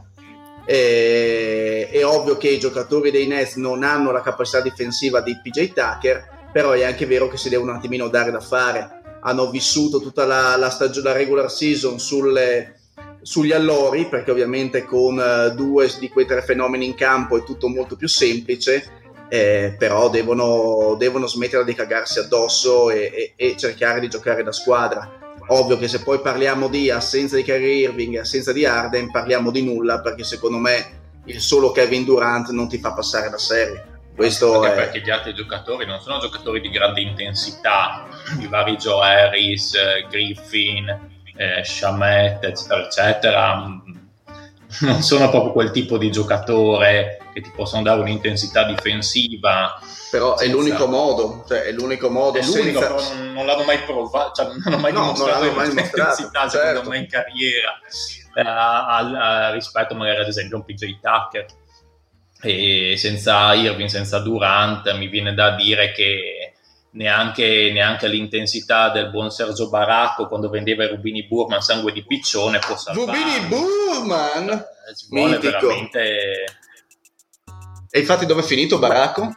È ovvio che i giocatori dei Nets non hanno la capacità difensiva di PJ Tucker, però è anche vero che si devono un attimino dare da fare. Hanno vissuto tutta la stagione, la regular season sugli allori, perché ovviamente con 2 di quei 3 fenomeni in campo è tutto molto più semplice, però devono smettere di cagarsi addosso e cercare di giocare da squadra. Ovvio che se poi parliamo di assenza di Kyrie Irving e assenza di Harden, parliamo di nulla, perché secondo me il solo Kevin Durant non ti fa passare la serie. Questo è perché gli altri giocatori non sono giocatori di grande intensità, i vari Joe Harris, Griffin, Shamet, eccetera, non sono proprio quel tipo di giocatore che ti possono dare un'intensità difensiva. Però è l'unico modo, però non l'hanno mai provato, cioè non hanno mai dimostrato l'intensità, secondo me, in carriera, rispetto magari ad esempio a un PJ Tucker. E senza Irving, senza Durant, mi viene da dire che neanche l'intensità del buon Sergio Baracco quando vendeva i Rubini Burman sangue di piccione può salvare. Rubini Burman! Ci vuole veramente. E infatti dove è finito Baracco?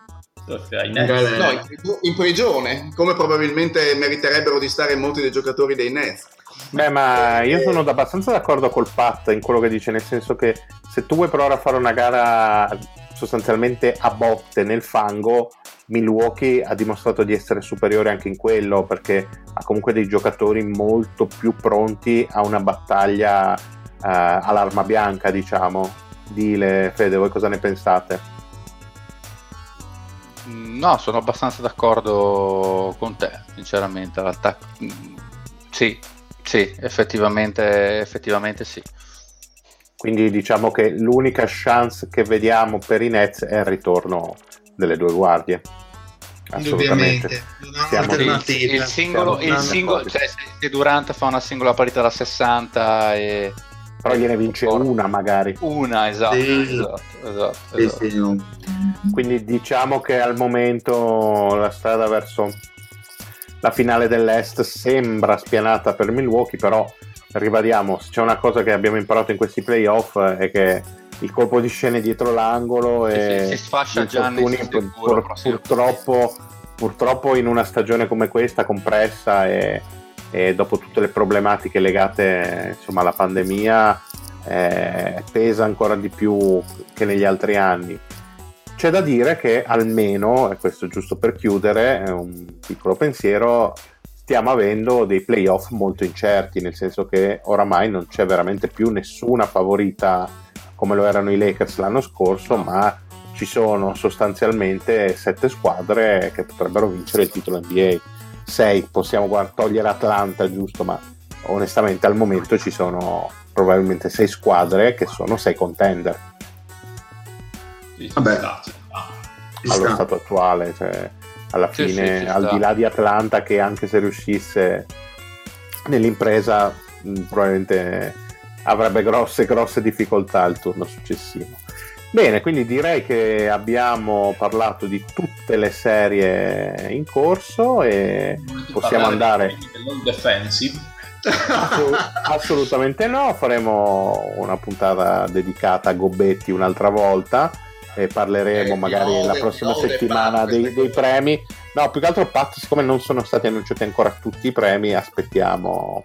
No, in prigione, come probabilmente meriterebbero di stare molti dei giocatori dei Nets. Beh, ma io sono abbastanza d'accordo col Pat in quello che dice, nel senso che se tu vuoi provare a fare una gara sostanzialmente a botte nel fango, Milwaukee ha dimostrato di essere superiore anche in quello, perché ha comunque dei giocatori molto più pronti a una battaglia all'arma bianca, diciamo. Dile, Fede, voi cosa ne pensate? No, sono abbastanza d'accordo con te, sinceramente. Sì, effettivamente sì. Quindi diciamo che l'unica chance che vediamo per i Nets è il ritorno delle 2 guardie. Assolutamente. Il singolo, cioè se Durant fa una singola partita da 60 però gliene vince una magari. Esatto. Sì. Quindi diciamo che al momento la strada verso la finale dell'Est sembra spianata per Milwaukee, però ribadiamo, se c'è una cosa che abbiamo imparato in questi playoff è che il colpo di scena dietro l'angolo e si sfascia Giannis purtroppo in una stagione come questa compressa e dopo tutte le problematiche legate insomma alla pandemia pesa ancora di più che negli altri anni. C'è da dire che almeno, e questo giusto per chiudere, è un piccolo pensiero, stiamo avendo dei playoff molto incerti, nel senso che oramai non c'è veramente più nessuna favorita come lo erano i Lakers l'anno scorso, ma ci sono sostanzialmente 7 squadre che potrebbero vincere il titolo NBA. 6, possiamo togliere Atlanta, giusto, ma onestamente al momento ci sono probabilmente 6 squadre che sono 6 contender. Vabbè, allo stato attuale, cioè, alla fine, al di là di Atlanta, che anche se riuscisse nell'impresa probabilmente avrebbe grosse difficoltà il turno successivo. Bene, quindi direi che abbiamo parlato di tutte le serie in corso e possiamo andare non defensive. Assolutamente no, faremo una puntata dedicata a Gobetti un'altra volta e parleremo magari la prossima settimana dei premi. No, più che altro, Pat, siccome non sono stati annunciati ancora tutti i premi, aspettiamo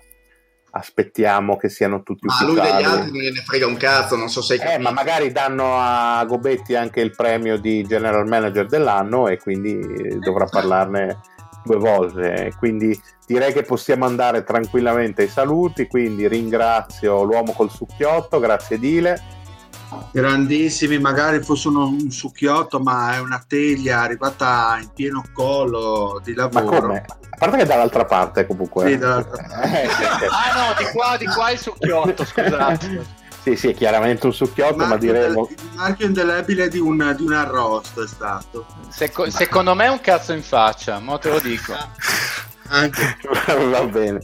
che siano tutti ufficiali. Ma lui degli altri non gliene frega un cazzo, non so se ma magari danno a Gobetti anche il premio di General Manager dell'anno e quindi dovrà parlarne 2 volte. Quindi direi che possiamo andare tranquillamente ai saluti, quindi ringrazio l'uomo col succhiotto, grazie Dile. Grandissimi, magari fosse un succhiotto, ma è una teglia arrivata in pieno collo di lavoro. Ma come? A parte che dall'altra parte comunque. Sì, dall'altra parte. No, di qua il succhiotto, scusate. Sì, è chiaramente un succhiotto, ma diremo... Il marchio indelebile di un arrosto è stato. Secondo me è un cazzo in faccia, mo te lo dico. Anche. Va bene.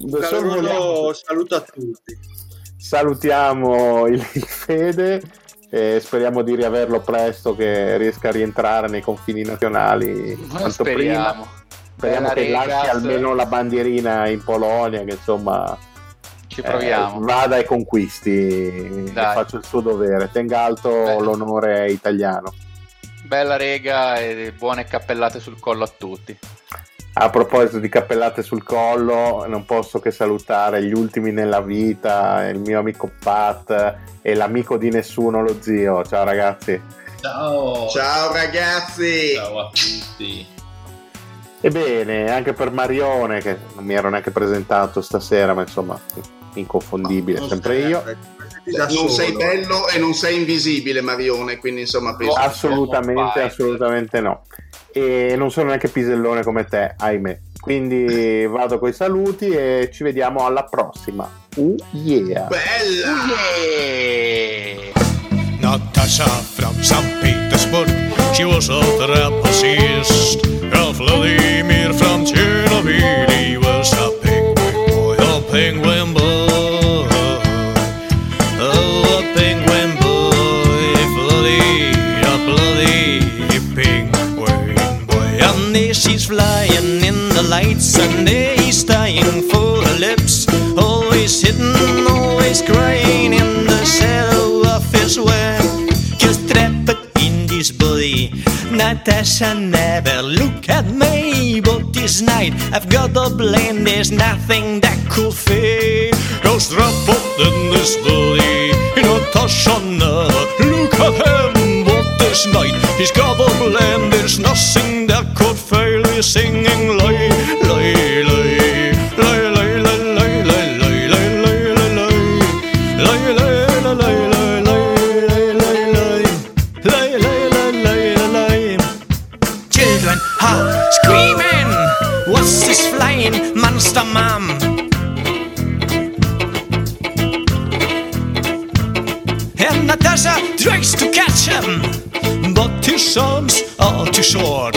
Saluto a tutti. Salutiamo il Fede speriamo di riaverlo presto, che riesca a rientrare nei confini nazionali quanto prima. Speriamo che lasci almeno la bandierina in Polonia, che insomma ci proviamo. Vada ai conquisti, faccio il suo dovere, tenga alto l'onore italiano. Bella Rega e buone cappellate sul collo a tutti. A proposito di cappellate sul collo, non posso che salutare gli ultimi nella vita, il mio amico Pat e l'amico di nessuno, lo zio. Ciao ragazzi. Ciao ragazzi. Ciao a tutti. Ebbene, anche per Marione, che non mi ero neanche presentato stasera, ma insomma inconfondibile, sempre io. Non sei bello e non sei invisibile, Marione, quindi insomma penso assolutamente no. E non sono neanche pisellone come te, ahimè. Quindi vado coi saluti e ci vediamo alla prossima. Yeah! Bella! Yeah! Natasha from St. Petersburg, she was a trapezist. Vladimir from Chernobyl, he was a penguin boy, a penguin boy. Oh, a penguin boy, bloody penguin boy. And there she's flying in the lights, and there he's dying for her lips. Always hidden, always crying in the shadow of his web. Just trapped in this body. Natasha, never look at me, but this night I've got a blame, there's nothing that could fade. Cause trapped in this body, Natasha, never look at him, but this night he's got a blame, there's nothing that could fail. He's singing lay, lay, lay, lay, lay, lay, lay, lay, lay, lay, lay, lay, lay, lay, lay. Screaming, what's this flying monster, mom? And Natasha tries to catch him, but his arms are too short.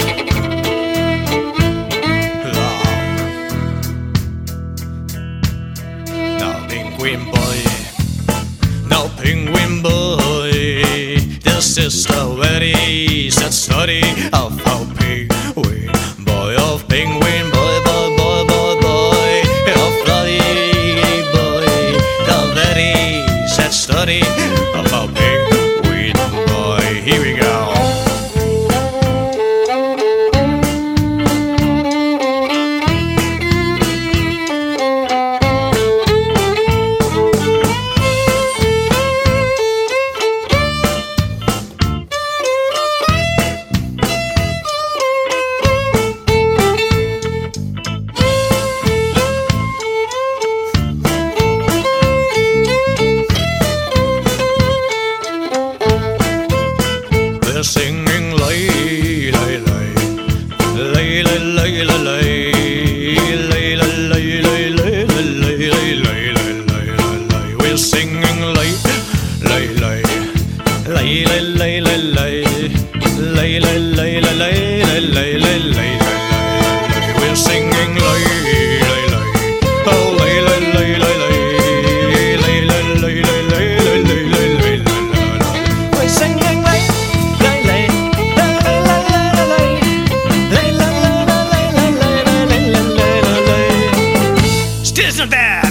Now penguin boy, now penguin boy, this is the very sad story of how penguin boy, of penguin boy, boy, boy, boy, boy, of bloody boy, the very sad story of how penguin boy. Here we go. Still not there.